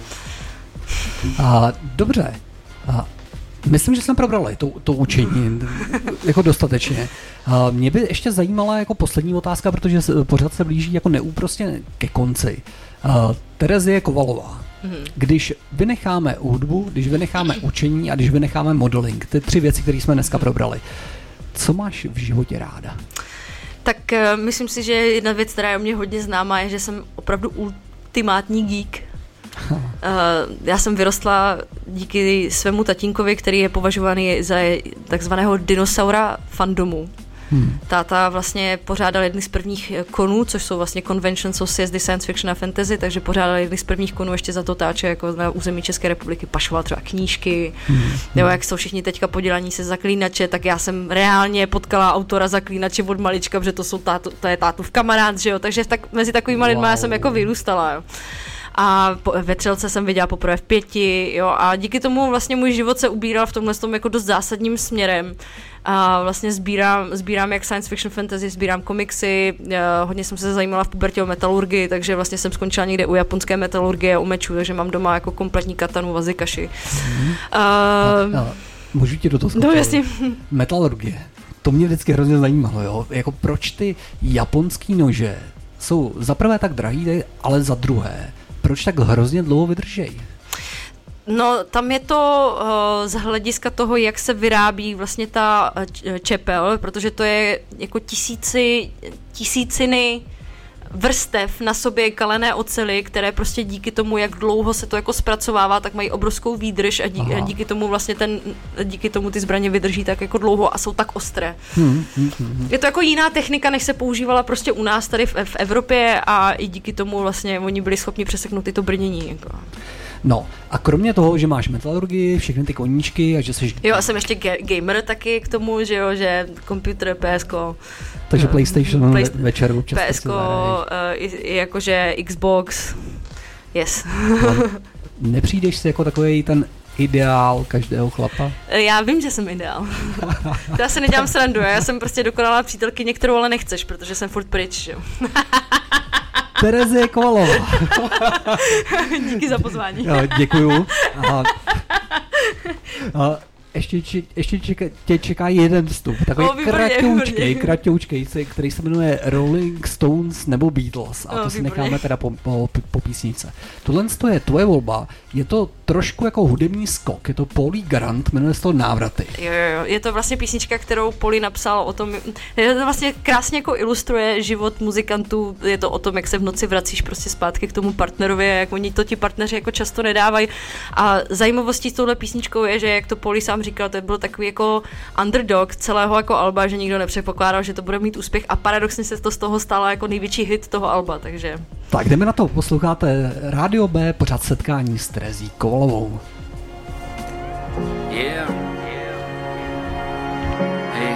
Dobře. Myslím, že jsme probrali to učení jako dostatečně. Mě by ještě zajímala jako poslední otázka, protože pořád se blíží jako neúprosně ke konci. Terezie Kovalová. Když vynecháme hudbu, když vynecháme učení a když vynecháme modeling, ty 3 věci, které jsme dneska probrali, co máš v životě ráda? Tak myslím si, že jedna věc, která je o mě hodně známá, je, že jsem opravdu ultimátní geek. Já jsem vyrostla díky svému tatínkovi, který je považovaný za takzvaného dinosaura fandomu. Táta vlastně pořádal jedny z prvních konů, což jsou vlastně conventions o sjezdy science fiction a fantasy, takže pořádal jedny z prvních konů ještě za to táče jako na území České republiky, pašoval třeba knížky, nebo jak jsou všichni teďka podělaní se Zaklínače, tak já jsem reálně potkala autora Zaklínače od malička, protože to je tátův kamarád, že jo, takže mezi takovýma lidma já jsem jako vyrůstala, jo. A ve Třelce jsem viděla poprvé v 5, jo, a díky tomu vlastně můj život se ubíral v tomhle jako dost zásadním směrem. A vlastně sbírám jak science fiction fantasy, sbírám komiksy, hodně jsem se zajímala v pubertě o metalurgii, takže vlastně jsem skončila někde u japonské metalurgie, u mečů, takže mám doma jako kompletní katanu, vazikaši. Můžu ti do toho skočit? No jasně. Metalurgie, to mě vždycky hrozně zajímalo, jo, jako proč ty japonský nože jsou za prvé tak drahý, ale za druhé, proč tak hrozně dlouho vydržejí? No, tam je to z hlediska toho, jak se vyrábí vlastně ta čepel, protože to je jako tisíciny vrstev na sobě kalené ocely, které prostě díky tomu, jak dlouho se to jako zpracovává, tak mají obrovskou výdrž a díky tomu vlastně díky tomu ty zbraně vydrží tak jako dlouho a jsou tak ostré. Je to jako jiná technika, než se používala prostě u nás tady v Evropě a i díky tomu vlastně oni byli schopni přeseknout tyto brnění. Jako. No a kromě toho, že máš metalurgii, všechny ty koníčky a že jsi... Jo, a jsem ještě gamer taky k tomu, že jo, že počítač, PSko. Takže PlayStation večer občas. PSko, jakože Xbox, yes. Nepřijdeš si jako takový ten ideál každého chlapa? Já vím, že jsem ideál. To já se nedělám srandu, já jsem prostě dokonalá přítelkyně, kterou ale nechceš, protože jsem furt pryč, že jo. Terezie Kovalová. Díky za pozvání. Děkuju. Ještě tě čeká jeden vstup, takový kratoučkej, který se jmenuje Rolling Stones nebo Beatles a to si necháme teda po písničce. Tohle je tvoje volba, je to trošku jako hudební skok, je to Pauley Garant, jmenuje se to Návraty. Jo, je to vlastně písnička, kterou Pauley napsal o tom, je to vlastně krásně jako ilustruje život muzikantů, je to o tom, jak se v noci vracíš prostě zpátky k tomu partnerovi, jak oni to ti partneři jako často nedávají a zajímavostí s touhle písničkou je, že jak to Pauley sám říkal, to byl takový jako underdog celého jako alba, že nikdo nepředpokládal, že to bude mít úspěch a paradoxně se to z toho stalo jako největší hit toho alba, takže... Tak jdeme na to, posloucháte Rádio B, pořád setkání s Terezí Kovalovou. Yeah. Hey.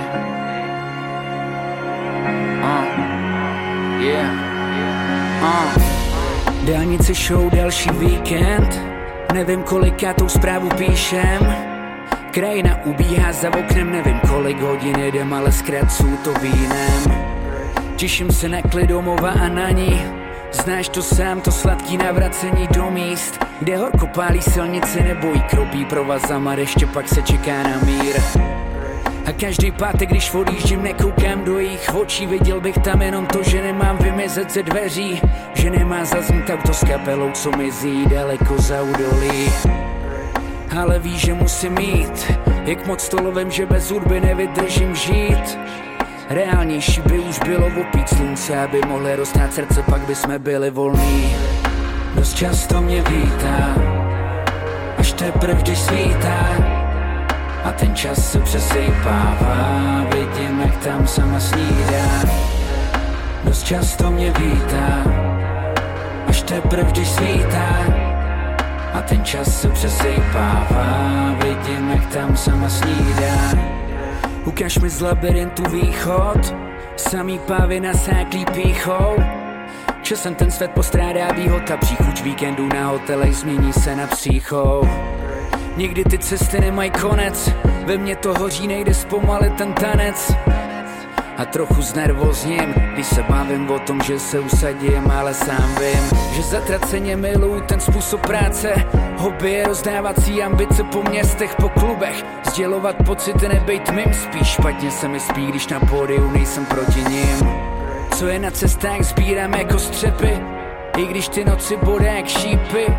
Yeah. Dálnice show, další víkend, nevím kolikátou zprávu píšem. Krajina ubíhá za oknem, nevím kolik hodin jedem, ale zkracuju to vínem. Těším se na klid domova a na ní. Znáš to sám, to sladký navracení do míst, kde horko pálí silnici nebo jí kropí provazama, ještě pak se čeká na mír. A každý pátek, když odjíždím, nekoukám do jejich očí, viděl bych tam jenom to, že nemám vymizet ze dveří, že nemá zaznít auto s kapelou, co mizí daleko za údolí. Ale víš, že musím jít, jak moc to lovím, že bez hudby nevydržím žít. Reálnější by už bylo opít slunce, aby mohli roztát srdce, pak by jsme byli volní. Dost často mě vítá, až teprve když svítá, a ten čas se přesejpává, vidím, jak tam sama snídá. Dost často mě vítá, až teprve když svítá, a ten čas se přesejpává, vidím, jak tam sama snídá. Ukaž mi z labirintu východ, samý pávy nasáklý pýchou. Časem ten svět postrádá výhod a příchuť víkendu na hotelech změní se na příchou. Někdy ty cesty nemají konec, ve mně to hoří, nejde zpomalit ten tanec. A trochu znervozním, když se bavím o tom, že se usadím, ale sám vím, že zatraceně miluju ten způsob práce. Hobby je rozdávací ambice po městech, po klubech, sdělovat pocity, nebejt mým, spíš špatně se mi spí, když na pódiu nejsem proti nim. Co je na cestách, sbírám jako střepy, i když ty noci bude jak šípy.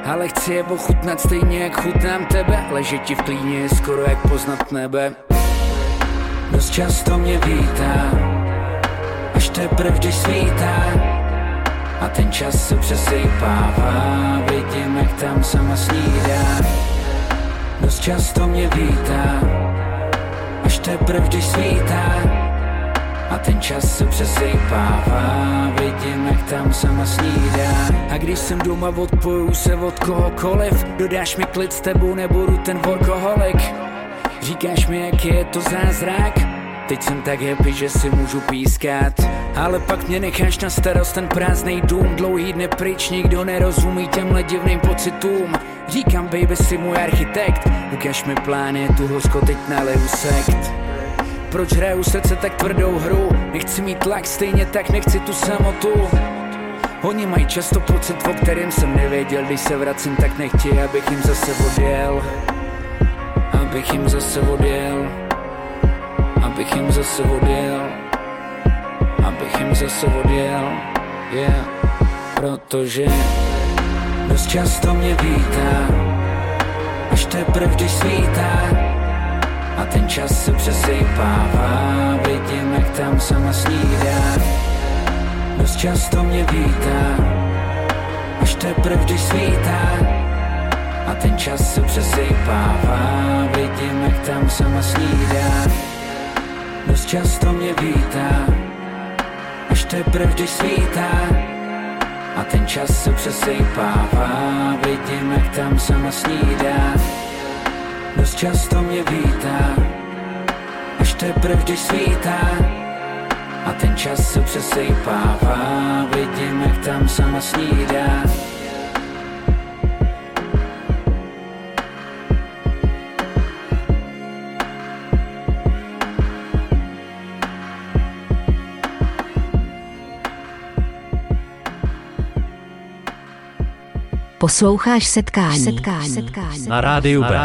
ale chci je ochutnat stejně jak chutnám tebe. Ležet ti v klíně je skoro jak poznat nebe. Dost často mě vítá, až teprv když svítá a ten čas se přesejpává. Vidím, jak tam sama snídá. Dost často mě vítá, až teprv když svítá a ten čas se přesejpává. Vidím, jak tam sama snídá. A když jsem doma, odpojuju se od kohokoliv. Dodáš mi klid, s tebou nebudu ten workoholik. Říkáš mi, jak je to zázrak. Teď jsem tak happy, že si můžu pískat. Ale pak mě necháš na starost ten prázdnej dům. Dlouhý dny pryč, nikdo nerozumí těmhle divným pocitům. Říkám, baby, si můj architekt. Ukaž mi plány, tu hořko teď naleju sekt. Proč hraju srdce tak tvrdou hru? Nechci mít tlak, stejně tak nechci tu samotu. Oni mají často pocit, o kterém jsem nevěděl. Když se vracím, tak nechtějí, abych jim zase odjel. Abych jim zase odjel. Abych jim zase odjel. Abych jim zase odjel. Yeah. Protože dost často mě vítá, až teprv když svítá a ten čas se přesejpává. Vidím, jak tam sama snídá. Dost často mě vítá, až teprv když svítá a ten čas se přesejpává. Vidím, jak tam sama snídá. Dost často mě vítá, až teprv když svítá a ten čas se přesejpává. Vidím, jak tam sama snídá. Dost často mě vítá, až teprv když svítá a ten čas se přesejpává. Vidím, jak tam sama snídá. Posloucháš setkání. Na rádiu B.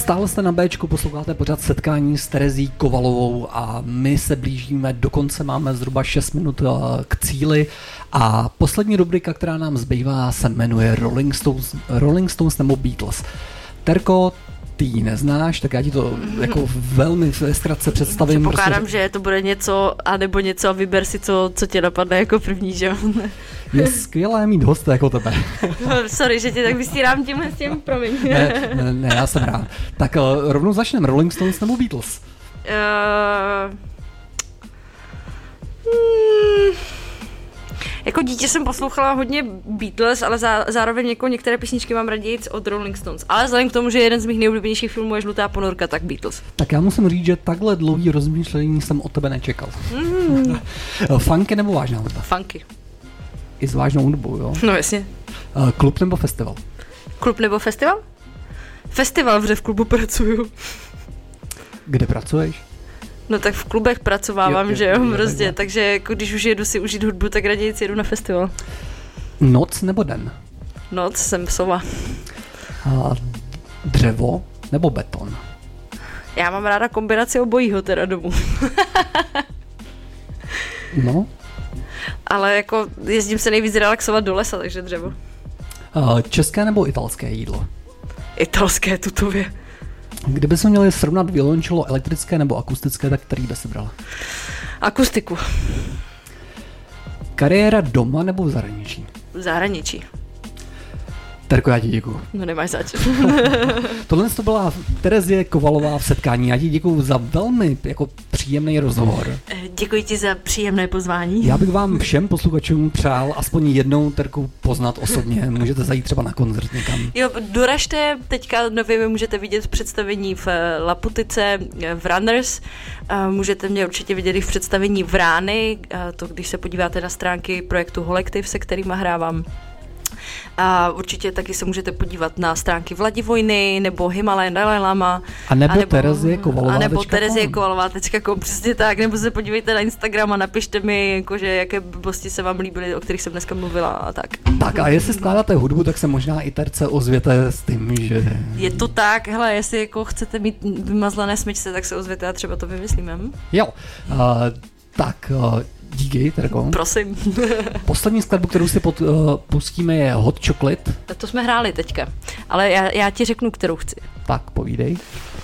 Stále jste na Bčku, posloucháte pořád Setkání s Terezí Kovalovou a my se blížíme do konce, máme zhruba 6 minut k cíli a poslední rubrika, která nám zbývá, se jmenuje Rolling Stones nebo Beatles. Terko, ty ji neznáš, tak já ti to jako velmi ve zkratce představím. Předpokládám, že to bude něco, anebo něco a vyber si, co tě napadne jako první, že jo? Je skvělé mít hosta jako tebe. Sorry, že tě tak vystírám tímhle s tím, promiň. Ne, já jsem rád. Tak rovnou začneme, Rolling Stones nebo Beatles? Jako dítě jsem poslouchala hodně Beatles, ale zároveň jako některé písničky mám raději od Rolling Stones. Ale vzhledem k tomu, že jeden z mých nejoblíbenějších filmů je Žlutá ponorka, tak Beatles. Tak já musím říct, že takhle dlouhý rozmýšlení jsem od tebe nečekal. Funky nebo vážná hudba? Funky. I s vážnou hudbou, jo? No jasně. Klub nebo festival? Klub nebo festival? Festival, protože v klubu pracuju. Kde pracuješ? No tak v klubech pracovávám, že jo, prostě, takže jako když už jedu si užít hudbu, tak raději jedu na festival. Noc nebo den? Noc, jsem sova. Dřevo nebo beton? Já mám ráda kombinaci obojího teda domů. No. Ale jako jezdím se nejvíc relaxovat do lesa, takže dřevo. České nebo italské jídlo? Italské, tutově. Kdyby jsme měli srovnat violončelo elektrické nebo akustické, tak který by si brala? Akustiku. Kariéra doma nebo v zahraničí? V zahraničí. Terko, já ti děkuju. No nemáš zač. Tohle to byla Terezie Kovalová v Setkání. Já ti děkuju za velmi jako příjemný rozhovor. Děkuji ti za příjemné pozvání. Já bych vám všem posluchačům přál aspoň jednou Terku poznat osobně. Můžete zajít třeba na koncert někam. Jo, doražte, teďka nově můžete vidět představení v Laputice, v Runners. Můžete mě určitě vidět i v představení v Rány, to když se podíváte na stránky projektu Holektiv, se kterýma hrávám. A určitě taky se můžete podívat na stránky Vladivojny nebo Himalayan Dalai Lama. A nebo Terezie Kovalová. A nebo Terezie Kovalová.com, přesně tak. Nebo se podívejte na Instagram a napište mi, jakože, jaké blbosti se vám líbily, o kterých jsem dneska mluvila a tak. Tak a jestli skládáte hudbu, tak se možná i Terce ozvěte s tím, že... Je to tak, hele, jestli jako chcete mít vymazlené smyčce, tak se ozvěte a třeba to vymyslíme. Jo, díky, Terko. Prosím. Poslední skladbu, kterou si pustíme, je Hot Chocolate. To jsme hráli teďka, ale já ti řeknu, kterou chci. Tak, povídej.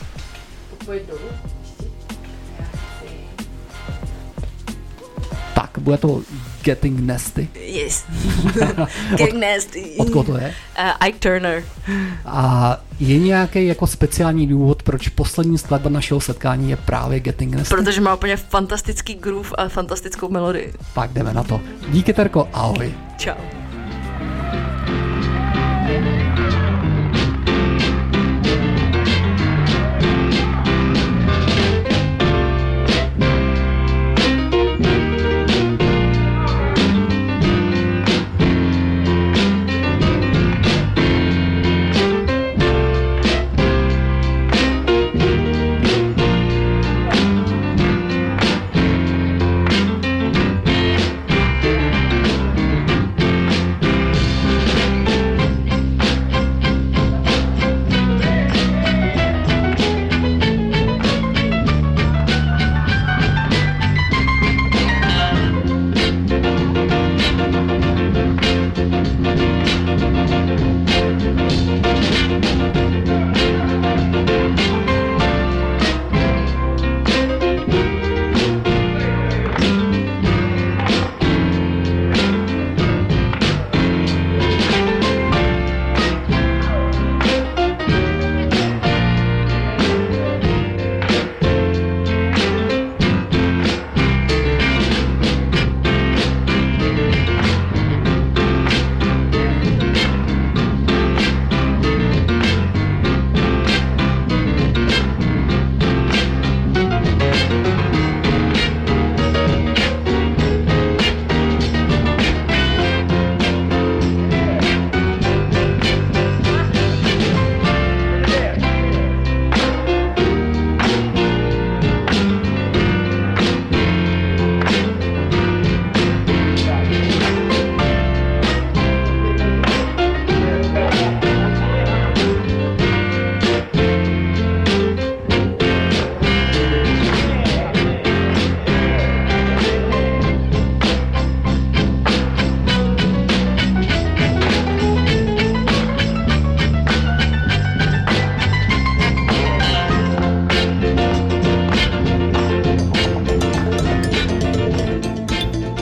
Tak, bude to Getting Nasty. Yes. Getting Nasty. Od koho to je? Ike Turner. A je nějaký jako speciální důvod, proč poslední skladba našeho setkání je právě Getting Nasty? Protože má úplně fantastický groove a fantastickou melodii. Tak jdeme na to. Díky, Terko, ahoj. Čau.